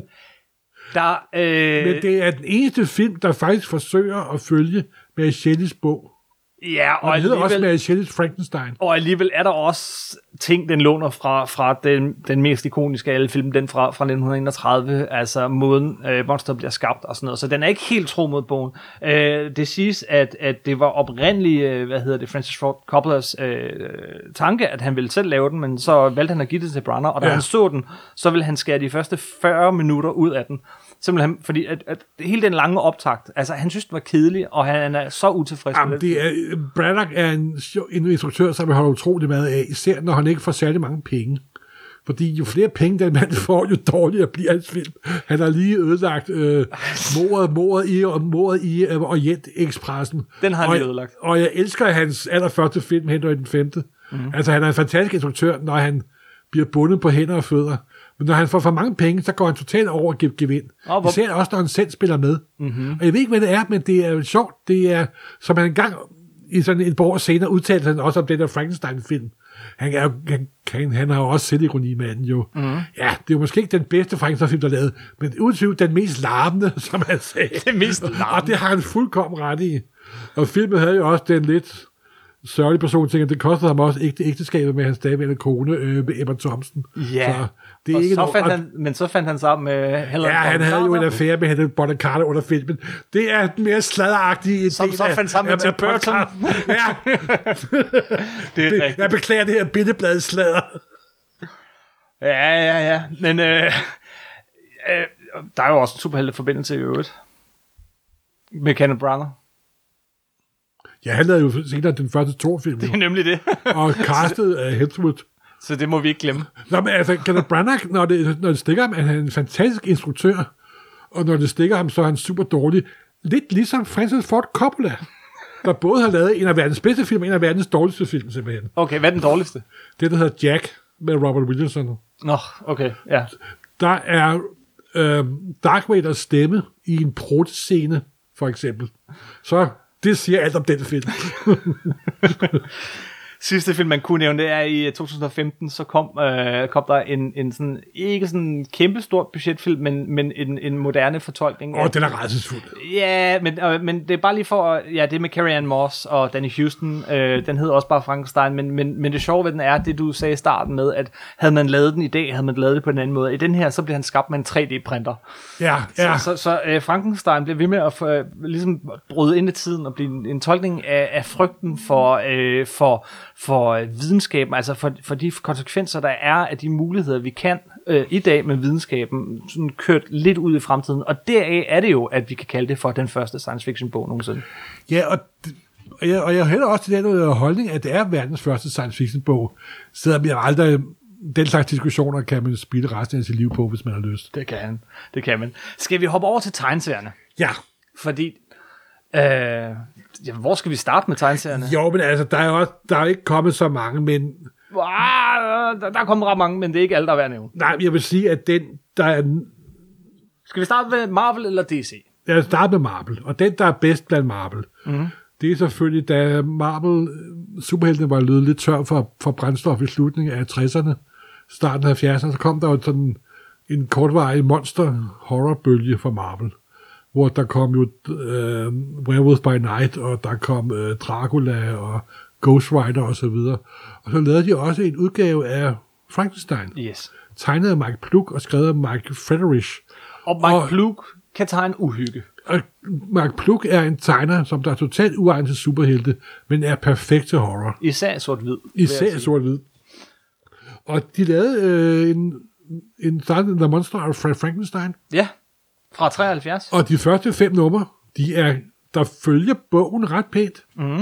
Men det er den eneste film, der faktisk forsøger at følge Mary Shelleys bog. Ja, og det hedder også Mary Shelleys Frankenstein. Og alligevel er der også ting, den låner fra den mest ikoniske af alle film, den fra 1931, altså måden monster bliver skabt og sådan noget. Så den er ikke helt tro mod bogen. Det siges, at det var oprindeligt, Francis Ford Coppolas tanke, at han ville selv lave den, men så valgte han at give det til Branagh, og da han så den, så ville han skære de første 40 minutter ud af den. Simpelthen, fordi at hele den lange optakt, altså han synes, den var kedelig, og han er så utilfreds med det. Branagh er en instruktør, som jeg holder utrolig meget af, især når han ikke får særlig mange penge. Fordi jo flere penge den mand får, jo dårligere bliver hans film. Han har lige ødelagt mordet i Orient-Expressen. Den har han lige ødelagt. Og jeg elsker hans allerførste film, Henry den 5. Mm-hmm. Altså han er en fantastisk instruktør, når han bliver bundet på hænder og fødder. Men når han får for mange penge, så går han totalt over og gevind. Især også, når han selv spiller med. Mm-hmm. Og jeg ved ikke, hvad det er, men det er jo sjovt. Det er, som han engang i sådan et par år senere udtalte han også om den der Frankenstein-film. Han har jo også selvironi med den jo. Mm-hmm. Ja, det er jo måske ikke den bedste Frankenstein-film, der er lavet, men utvivl den mest larmende, som han sagde. Det mest larmende. Og det har han fuldkommen ret i. Og filmen havde jo også den lidt sørgelige person, tænker, det kostede ham også ægteskabet med hans daværende kone, Emma Thompson. Ja, så det er ikke så fandt han sammen med Helena. Ja, han havde jo en affære med Helena Bonham Carter under filmen. Det er mere sladderagtigt. Som så fandt sammen med Tim Burton. Ja. Jeg beklager det her billedblad sladder. Ja. Men der er jo også en superhelteforbindelse i øvrigt. Med Kenneth Branagh. Ja, han lavede jo senere den første Thor-film. Det er nemlig det. Og castet af Hemsworth Så det må vi ikke glemme. Nå, men altså, Kenneth Branagh, når det stikker ham, er han en fantastisk instruktør, og når det stikker ham, så er han super dårlig. Lidt ligesom Francis Ford Coppola, der både har lavet en af verdens bedste film, og en af verdens dårligste film, simpelthen. Okay, hvad er den dårligste? Det, der hedder Jack, med Robert Williamson. Nå, okay, ja. Der er Darth Vaders stemme i en protescene, for eksempel. Så det siger alt om den film. Sidste film, man kunne nævne, det er i 2015, så kom der en sådan, ikke sådan kæmpestort budgetfilm, men en moderne fortolkning. Den er rædselsfuld. Ja, men det er bare lige for, ja, det med Carrie-Anne Moss og Danny Houston, den hedder også bare Frankenstein, men det sjove ved den er, det du sagde i starten med, at havde man lavet den i dag, havde man lavet det på en anden måde. I den her, så bliver han skabt med en 3D-printer. Ja. Så Frankenstein bliver ved med at ligesom bryde ind i tiden og blive en tolkning af frygten for videnskaben, altså for de konsekvenser, der er af de muligheder, vi kan i dag med videnskaben, sådan kørt lidt ud i fremtiden. Og deraf er det jo, at vi kan kalde det for den første science fiction bog nogensinde. Ja, og jeg hælder også til den holdning, at det er verdens første science fiction bog, selvom jeg aldrig... Den slags diskussioner kan man spille resten af sit liv på, hvis man har lyst. Det kan man. Skal vi hoppe over til tegneserierne? Ja. Fordi... hvor skal vi starte med tegneserierne? Jo, men altså, der er ikke kommet så mange, men... Der er kommet ret mange, men det er ikke alle, der er værd at nævne. Nej, jeg vil sige, at den, der er... Skal vi starte med Marvel eller DC? Jeg starter med Marvel, og den, der er bedst blandt Marvel, det er selvfølgelig, da Marvel superheltene var løbet lidt tør for brændstof i slutningen af 60'erne, starten af 70'erne, så kom der jo sådan en kortvarig monster-horrorbølge fra Marvel, hvor der kom jo Werewolf by Night, og der kom Dracula og Ghost Rider og så videre. Og så lavede de også en udgave af Frankenstein. Yes. Tegnet af Mike Plug og skrevet af Mike Frederich. Og Mike Plug kan tegne uhygge. Og Mike Plug er en tegner, som der er totalt uegnet til superhelte, men er perfekt til horror. Især sort-hvid. Især sort-hvid. Og de lavede en starten The Monster of Frankenstein. Ja, fra 73. Og de første 5 numre, der følger bogen ret pænt,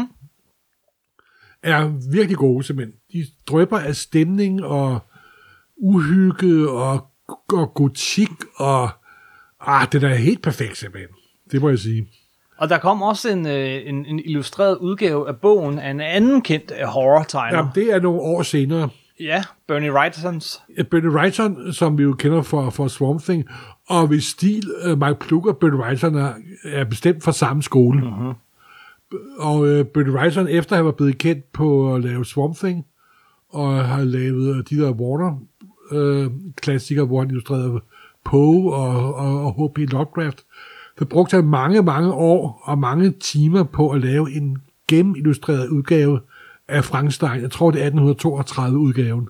er virkelig gode simpelthen. De drypper af stemning og uhygge og gotik og det er helt perfekt simpelthen. Det må jeg sige. Og der kom også en illustreret udgave af bogen af en anden kendt horror-tegner. Jamen, det er nogle år senere. Ja, Bernie Wrightons. Bernie Wrightson, som vi jo kender for Swamp Thing, og ved stil, Mike Plug og Bernie Wrightson er bestemt fra samme skole. Og Bernie Wrightson, efter han var blevet kendt på at lave Swamp Thing, og har lavet de der Warner-klassikere, hvor han illustrerede Poe og H.P. Lovecraft, så brugte han mange, mange år og mange timer på at lave en gennemillustreret udgave af Frankenstein. Jeg tror, det er 1832-udgaven.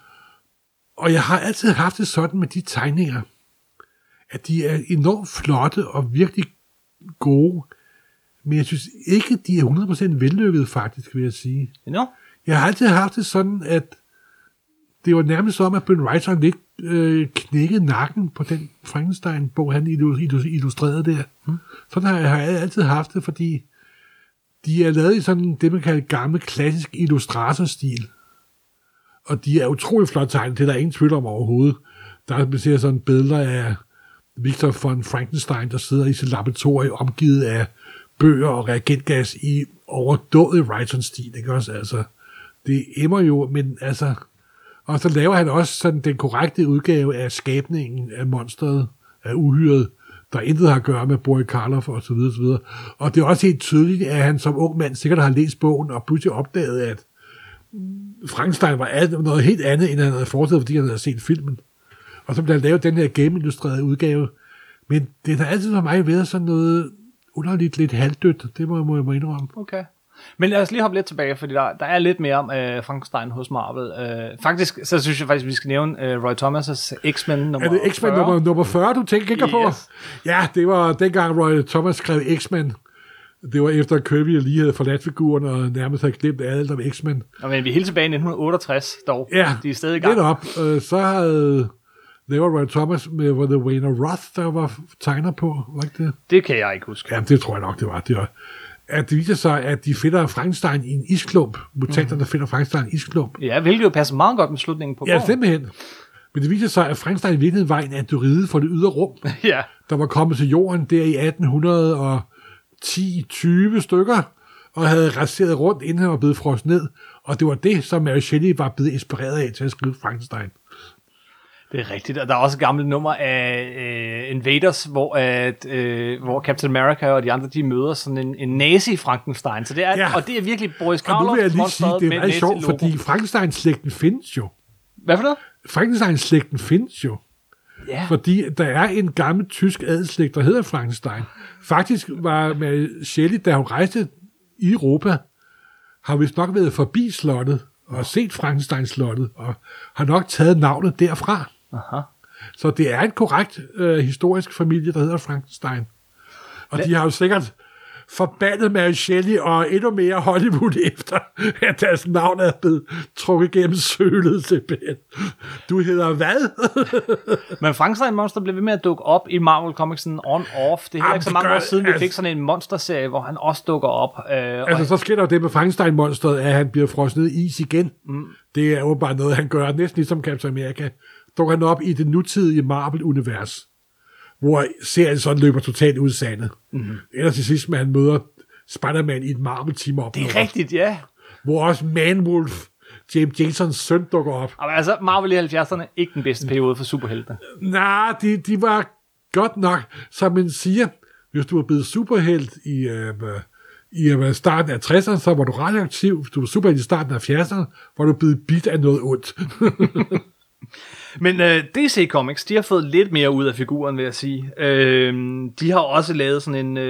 Og jeg har altid haft det sådan med de tegninger, at de er enormt flotte og virkelig gode, men jeg synes ikke, de er 100% vellykkede, faktisk, vil jeg sige. No. Jeg har altid haft det sådan, at det var nærmest som, at Ben Wrightson lidt knækkede nakken på den Frankenstein-bog, han illustrerede der. Sådan har jeg altid haft det, fordi de er lavet i sådan det, man kalder gammel, klassisk illustratorstil. Og de er utrolig flot tegnet, det er der ingen tvivl om overhovedet. Man ser sådan billeder af Victor von Frankenstein, der sidder i sit laboratorium, omgivet af bøger og reagentgas i overdådet Wrighton-stil, ikke også? Altså, det emmer jo, men altså... Og så laver han også sådan den korrekte udgave af skabningen af monsteret, af uhyret, der intet har at gøre med Boris Karloff og så videre, så videre. Og det er også helt tydeligt, at han som ung mand sikkert har læst bogen, og pludselig opdaget, at Frankenstein var noget helt andet, end han havde forestillet, fordi han havde set filmen. Og så blev han lavet den her game-illustrerede udgave. Men det har altid for mig været sådan noget underligt lidt halvdødt. Det må jeg indrømme. Okay. Men lad os lige hoppe lidt tilbage, fordi der er lidt mere om Frankenstein hos Marvel. Faktisk, så synes jeg faktisk, vi skal nævne Roy Thomas' X-Men nummer 40. Er det X-Men nummer 40, du tænker på? Ja, det var dengang Roy Thomas skrev X-Men. Det var efter Kirby lige havde forladt figuren og nærmest havde glemt alt om X-Men. Men vi er helt tilbage i 1968 dog. Ja, de er stadig i gang. Lidt op. Så havde... Det var Roy Thomas med The Wayne Roth, der var tegner på, var ikke det? Det kan jeg ikke huske. Ja, det tror jeg nok, det var. at det viser sig, at de finder Frankenstein i en isklump. Mutanterne finder Frankenstein i en isklump. Ja, hvilket jo passer meget godt med slutningen på Ja, bogen. simpelthen. Men det viser sig, at Frankenstein i virkeligheden var en androide for det ydre rum, Ja. der var kommet til jorden der i 1810-20 stykker, og havde raseret rundt, inden han var blevet frosset ned. Og det var det, som Mary Shelley var blevet inspireret af til at skrive Frankenstein. Det er rigtigt, og der er også et gammelt nummer af Invaders, hvor Captain America og de andre, de møder sådan en nazi-Frankenstein. Så det er, Ja. og det er virkelig Boris Og nu vil jeg Karloff lige sige, det er meget sjovt, nazi-logo. fordi Frankenstein-slægten findes jo. Hvad for noget? Frankenstein-slægten findes jo. Ja. Fordi der er en gammel tysk adelslægt, der hedder Frankenstein. Faktisk var Mary Shelley, da hun rejste i Europa, har vist nok været forbi slottet og set Frankenstein-slottet, og har nok taget navnet derfra. Aha. Så det er en korrekt historisk familie, der hedder Frankenstein. Og de har jo sikkert forbandet Mary Shelley og endnu mere Hollywood efter, at deres navn er blevet trukket gennem sølet simpelthen. Du hedder hvad? Men Frankenstein-monster blev ved med at dukke op i Marvel Comics on-off. Det er heller ikke så mange år siden, vi fik sådan en monsterserie, hvor han også dukker op. Altså, så sker der jo det med Frankenstein-monsteret, at han bliver frosset ned i is igen. Det er jo bare noget, han gør, næsten ligesom Captain America. Dukker han op i det nutidige Marvel-univers, hvor serien så løber totalt ud sandet. Ellers til sidst, man møder Spider-Man i et Marvel-team op. Det er rigtigt, ja. Hvor også Man-Wolf, James Jasons søn, dukker op. Men altså, Marvel i 70'erne, ikke den bedste periode for superhelte. Nej, de var godt nok, som man siger, hvis du var blevet superhelt i starten af 60'erne, så var du radioaktiv. Hvis du var superhelt i starten af 70'erne, var du blevet bidt af noget ondt. Men DC Comics, de har fået lidt mere ud af figuren, vil jeg sige. De har også lavet sådan en...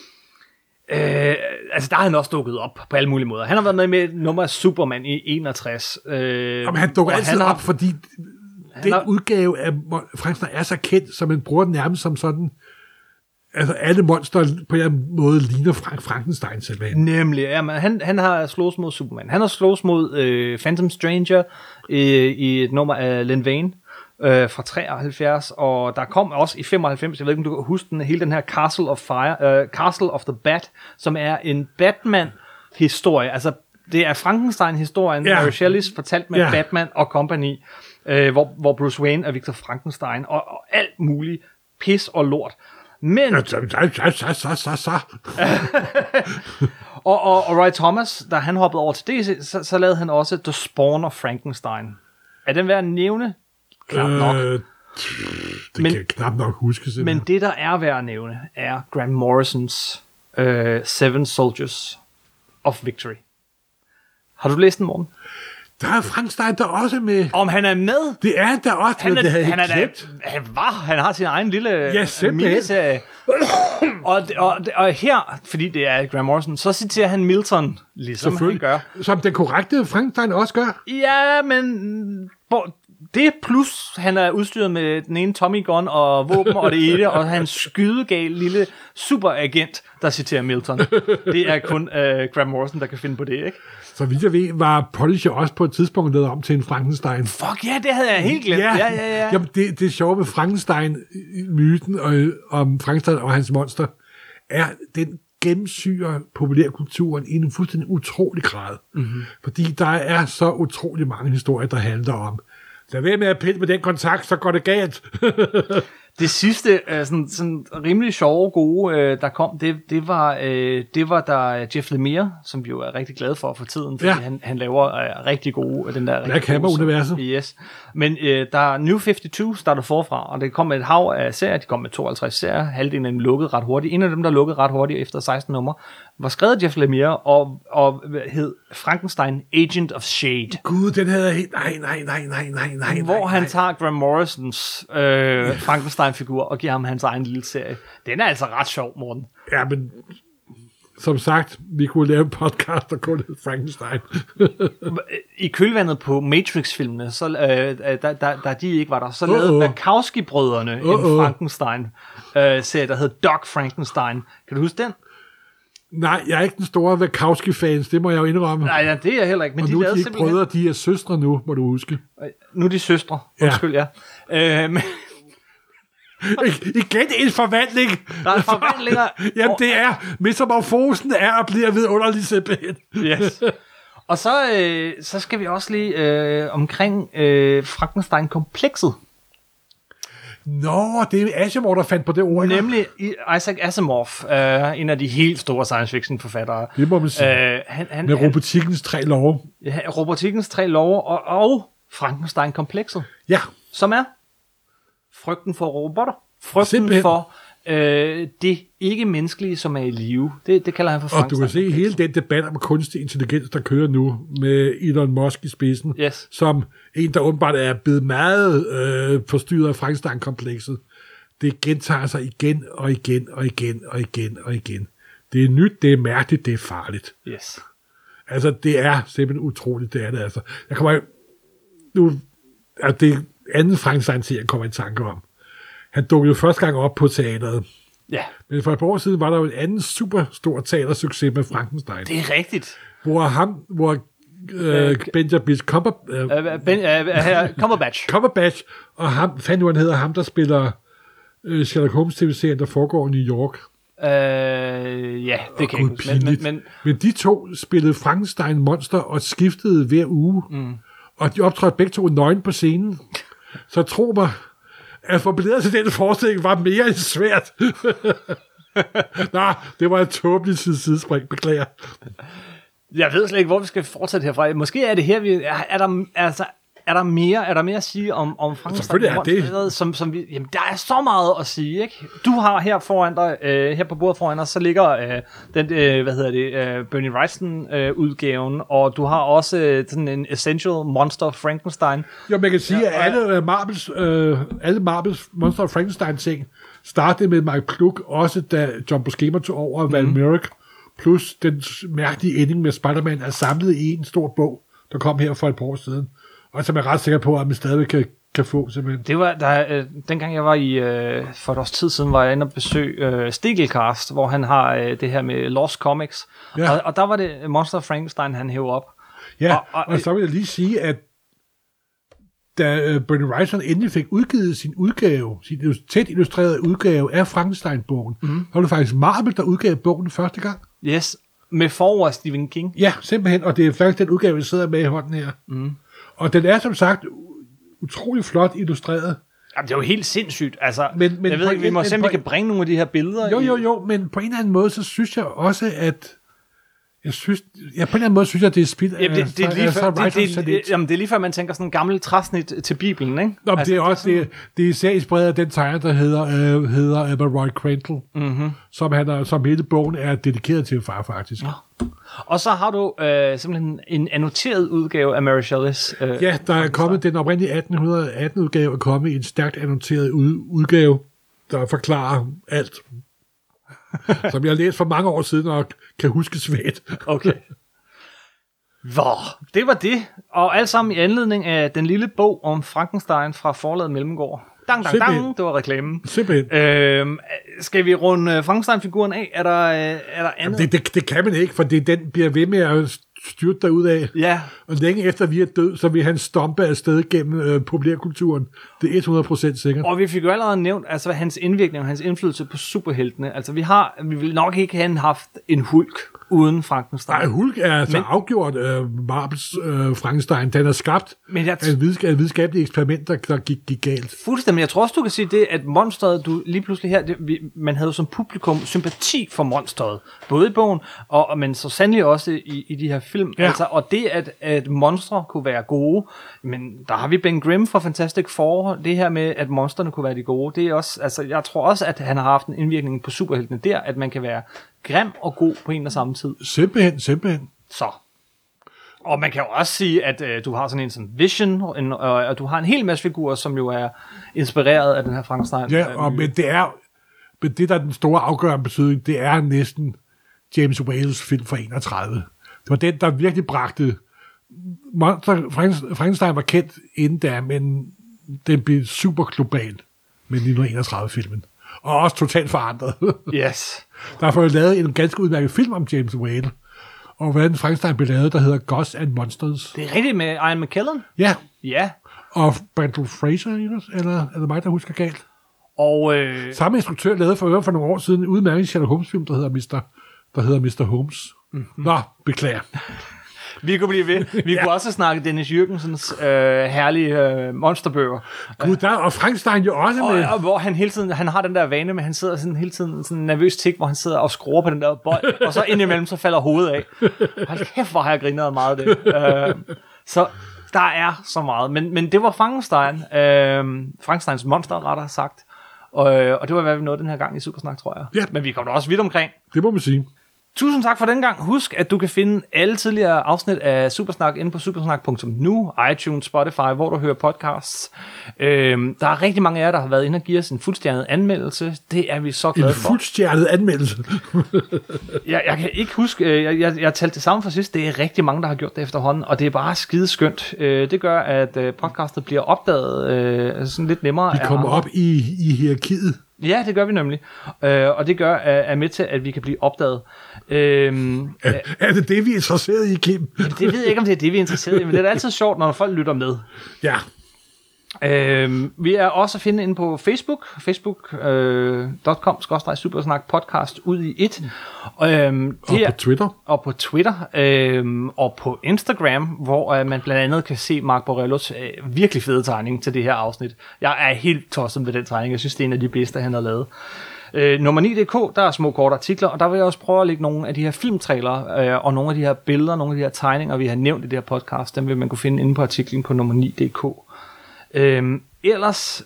altså, der har han også dukket op på alle mulige måder. Han har været med med et nummer af Superman i 61. Jamen, han dukker altid op, fordi den udgave af Frankenstein er så kendt, så man bruger den nærmest som sådan... Altså, alle monster på en måde ligner Frankenstein selv. Nemlig, ja, men han har slås mod Superman. Han har slås mod Phantom Stranger i et nummer af Len Wein fra 73, og der kom også i 95, jeg ved ikke, om du kan huske den, hele den her Castle of the Bat, som er en Batman-historie. Altså, det er Frankenstein-historien, Mary Shelleys fortalt med Batman og company, hvor Bruce Wayne er Victor Frankenstein, og alt muligt pis og lort. Men og Roy Thomas, da han hoppede over til DC, så lavede han også The Spawn of Frankenstein. Er den værd at nævne? Knap nok. Det kan jeg knap nok huske. Simpelthen. Men det, der er værd at nævne, er Grant Morrisons Seven Soldiers of Victory. Har du læst den, Morten? Der er Frankenstein der også med. Om han er med? Det er der også med, det havde jeg ikke glemt. Han har sin egen lille miniserie. og her, fordi det er Grant Morrison, så citerer han Milton, ligesom han gør. Som den korrekte Frankenstein også gør. Ja, men det plus, han er udstyret med den ene Tommy Gun og våben og det ene, og han skydegal lille superagent, der citerer Milton. Det er kun Grant Morrison, der kan finde på det, ikke? Så vidt jeg ved, var Punisher også på et tidspunkt lavet om til en Frankenstein. Fuck ja, det havde jeg helt glemt. Ja. Jamen, det er sjovt med Frankenstein-myten om Frankenstein og hans monster, er den gennemsyrer populærkulturen i en fuldstændig utrolig grad. Mm-hmm. Fordi der er så utrolig mange historier, der handler om. Lad være med at pille med den kontakt, så går det galt. Det sidste, sådan rimelig sjove, gode, der kom, det var der Jeff Lemire, som vi jo er rigtig glade for tiden, fordi han laver rigtig gode, den der Black Hammer-universet. Yes. Men der New 52 starter forfra, og det kom med et hav af serier, de kom med 52 serier, halvdelen af dem lukkede ret hurtigt. En af dem, der lukkede ret hurtigt efter 16 numre, var skrevet af Jeff Lemire og hed Frankenstein Agent of Shade. Gud, den havde helt... Nej. Hvor han tager Grant Morrisons Frankenstein-figur og giver ham hans egen lille serie. Den er altså ret sjov, Morten. Ja, men som sagt, vi kunne lave en podcast, der kun hed Frankenstein. I kølvandet på Matrix-filmene, så, da de ikke var der, så lavede Wachowski-brødrene en Frankenstein-serie, der hed Doc Frankenstein. Kan du huske den? Nej, jeg er ikke den store Wachowski-fans, det må jeg jo indrømme. Nej, ja, det er jeg heller ikke. Men og de nu lavede er de ikke brødre, de er søstre nu, må du huske. Nu er de søstre, undskyld, ja. Igen en forvandling. Der er forvandlinger. Jamen, det er, metamorfosen er og bliver vidunderlig simpelthen. Yes. Og så skal vi også lige omkring Frankenstein-komplekset. Nå, det er Asimov, der fandt på det ord. Nemlig Isaac Asimov, en af de helt store science fiction forfattere. Det må man sige. Med robotikkens 3 love. Ja, robotikkens 3 love og Frankenstein-komplekset. Ja. Som er frygten for robotter. Frygten Simpelthen. for det ikke-menneskelige, som er i live. Det kalder han for Frankenstein. Og du kan se hele den debat om kunstig intelligens, der kører nu, med Elon Musk i spidsen, Yes. som en, der åbenbart er blevet meget forstyrret af Frankenstein-komplekset. Det gentager sig igen og igen og igen og igen og igen. Det er nyt, det er mærkeligt, det er farligt. Yes. Altså, det er simpelthen utroligt, det er det altså. Jeg kommer nu, altså, det anden Frankenstein-serie kommer i tanke om. Han dukkede jo første gang op på teateret. Ja, Men for et par år siden var der jo en anden super stor teatersucces med Frankenstein. det er rigtigt. Hvor Benjamin Cumberbatch og ham, fandt han hedder ham, der spiller Sherlock Holmes TV-serien, der foregår i New York. Ja, det kan jeg ikke. Men de to spillede Frankenstein monster og skiftede hver uge. Og de optrådte begge to nøgen på scenen. Så tro mig, at få billeder til den forestilling var mere end svært. Nå, det var et tåbeligt sidespring, beklager. Jeg ved slet ikke, hvor vi skal fortsætte herfra. Måske er det her, vi er der mere at sige om Frankenstein? Selvfølgelig er det. Som vi, jamen, der er så meget at sige, ikke? Du har her foran dig, her på bordet foran dig, så ligger den, Bernie Wrightson udgaven, og du har også sådan en Essential Monster Frankenstein. Jo, man kan sige, at alle Marvels Monster of Frankenstein ting startede med Mark Pluk, også da John Buscema tog over Val Merrick, plus den mærkelige ending med Spider-Man er samlet i en stor bog, der kom her for et par år siden, og som jeg er ret sikker på, at man stadig kan få, simpelthen. Det var, dengang jeg var i, for et års tid siden, var jeg inde og besøge Stegelcast, hvor han har det her med Lost Comics, Ja. og der var det Monster of Frankenstein, han hævde op. Ja, og så vil jeg lige sige, at da Bernie Wrightson endelig fik udgivet sin udgave, sin tæt illustrerede udgave af Frankenstein-bogen, så var det faktisk Marvel, der udgav bogen første gang. Yes, med forord af Stephen King. Ja, simpelthen, og det er faktisk den udgave, vi sidder med i hånden her. Og den er som sagt utrolig flot illustreret. Jamen, det er jo helt sindssygt. Altså, Men jeg ved ikke, vi må se, om vi kan bringe nogle af de her billeder. Jo, men på en eller anden måde, så synes jeg også, at på en eller anden måde synes jeg, det er spild af... Jamen, det er lige før, man tænker sådan en gammel træsnit til Bibelen, ikke? Nå, altså, det er også det er især inspireret af den tegner, der hedder Emma Roy Crandall, som hele bogen er dedikeret til far, faktisk. Ja. Og så har du simpelthen en annoteret udgave af Mary Shelley's... Ja, der er kommet den oprindelige 1818 udgave, er kommet i en stærkt annoteret udgave, der forklarer alt. Som jeg har læst for mange år siden, og kan huske svagt. Okay. Det var det. Og alt sammen i anledning af den lille bog om Frankenstein fra forlaget Mellemgård. Dang, det var reklamen. Simpelthen. Skal vi runde Frankenstein-figuren af? Er der andet? Jamen, det kan man ikke, for den bliver ved med at styrte derudad. Ja. Og længe efter vi er død, så vil han stompe afsted gennem populærkulturen. Det er 100% sikkert. Og vi fik jo allerede nævnt altså, hans indvirkning og hans indflydelse på superheltene. Altså, vi vil nok ikke have haft en Hulk uden Frankenstein. Nej, Hulk er altså afgjort Marvels Frankenstein. Den er skabt af et videnskabeligt eksperiment, der gik galt. Fuldstændig. Jeg tror også, du kan sige det, at monsteret, du lige pludselig her, man havde jo som publikum sympati for monsteret. Både i bogen, men så sandelig også i de her film. Ja. Altså, og det, at monstre kunne være gode, men der har vi Ben Grimm fra Fantastic Four, det her med, at monsterne kunne være de gode, det er også, altså, jeg tror også, at han har haft en indvirkning på superheltene der, at man kan være grim og god på en og samme tid. Simpelthen. Så. Og man kan jo også sige, at du har sådan en som Vision, og du har en hel masse figurer, som jo er inspireret af den her Frankenstein. Ja, men det der er den store afgørende betydning, det er næsten James Whales film fra 31. Det var den, der virkelig bragte Frankenstein var kendt inden da, men den blev super global med 1931-filmen. Og også totalt forandret. Yes. Derfor er lavet en ganske udmærket film om James Whale, og hvordan Frankenstein blev lavet, der hedder Gods and Monsters. Det er rigtigt med Ian McKellen? Ja. Ja. Og Brandon Fraser, eller er det mig, der husker galt? Og Samme instruktør lavede for nogle år siden en udmærket Sherlock Holmes-film, der hedder Mr. Holmes. Mm-hmm. Nå, beklager. vi kunne blive ved. Vi kunne også snakke Dennis Jürgensens herlige monsterbøger. Gud, der og Frankenstein jo også med. Og hvor han hele tiden, han har den der vane med, han sidder sådan hele tiden sådan en nervøs tik, hvor han sidder og skruer på den der bold, og så indimellem så falder hovedet af. Hold kæft, hvor har jeg grinet meget af det. Så der er så meget. Men det var Frankenstein. Frankensteins monster, rettere sagt. Og det var, hvad vi nåede den her gang i Supersnak, tror jeg. Ja. Men vi kom da også vidt omkring. Det må man sige. Tusind tak for den gang. Husk, at du kan finde alle tidligere afsnit af Supersnak inde på supersnak.nu, iTunes, Spotify, hvor du hører podcasts. Der er rigtig mange af jer, der har været inde og give os en fuldstjernet anmeldelse. Det er vi så glade for. En fuldstjernet anmeldelse. Jeg kan ikke huske, jeg talte det sammen for sidst. Det er rigtig mange, der har gjort det efterhånden, og det er bare skideskønt. Det gør, at podcastet bliver opdaget sådan lidt nemmere. Vi kommer op i hierarkiet. Ja, det gør vi nemlig. Og det gør, er med til, at vi kan blive opdaget. Er det vi er interesseret i, Kim? Det ved jeg ikke, om det er det, vi er interesseret i, men det er da altid sjovt, når folk lytter med. Ja. Vi er også at finde inde på Facebook, facebook.com/supersnak podcast ud i et. Og på Twitter. Og på Twitter, og på Instagram, hvor man blandt andet kan se Mark Borellos virkelig fede tegning til det her afsnit. Jeg er helt tosset med den tegning. Jeg synes, det er en af de bedste, han har lavet. Nummer 9.dk, der er små korte artikler, og der vil jeg også prøve at lægge nogle af de her filmtrailer, og nogle af de her billeder, nogle af de her tegninger, vi har nævnt i det her podcast, dem vil man kunne finde inde på artiklen på nummer 9.dk. Ellers,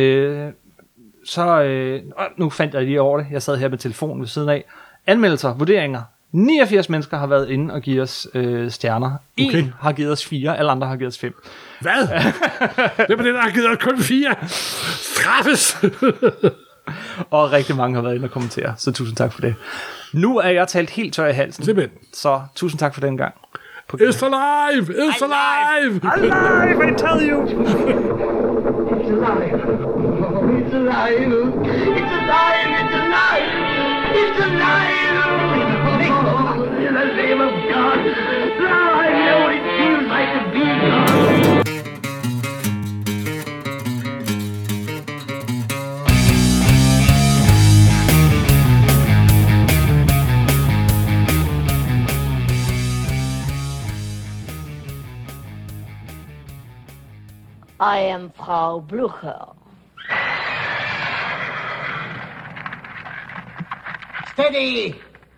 nu fandt jeg lige over det, jeg sad her med telefonen ved siden af, anmeldelser, vurderinger, 89 mennesker har været inde og givet os stjerner. En har givet os 4, alle andre har givet os 5. Hvad? Det var det, der har givet os kun 4. Straffes! Og rigtig mange har været inde og kommentere, så tusind tak for det. Nu er jeg talt helt tør i halsen. Simpelthen. Så tusind tak for den gang. It's alive! It's alive! Alive, I tell you! It's alive. Oh, it's alive. It's alive. It's alive. It's alive. Oh, in the name of God. Now I know what it feels like to be God. I am Frau Blucher. Steady!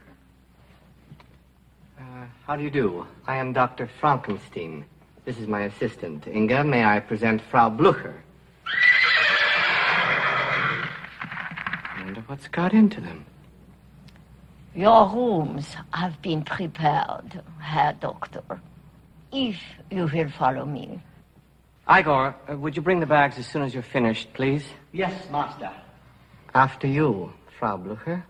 How do you do? I am Dr. Frankenstein. This is my assistant, Inga. May I present Frau Blucher? I wonder what's got into them. Your rooms have been prepared, Herr Doctor, if you will follow me. Igor, would you bring the bags as soon as you're finished, please? Yes, master. After you, Frau Blucher.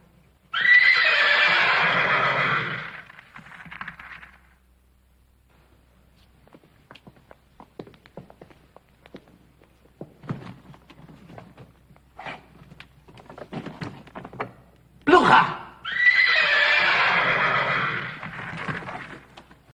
Blucher!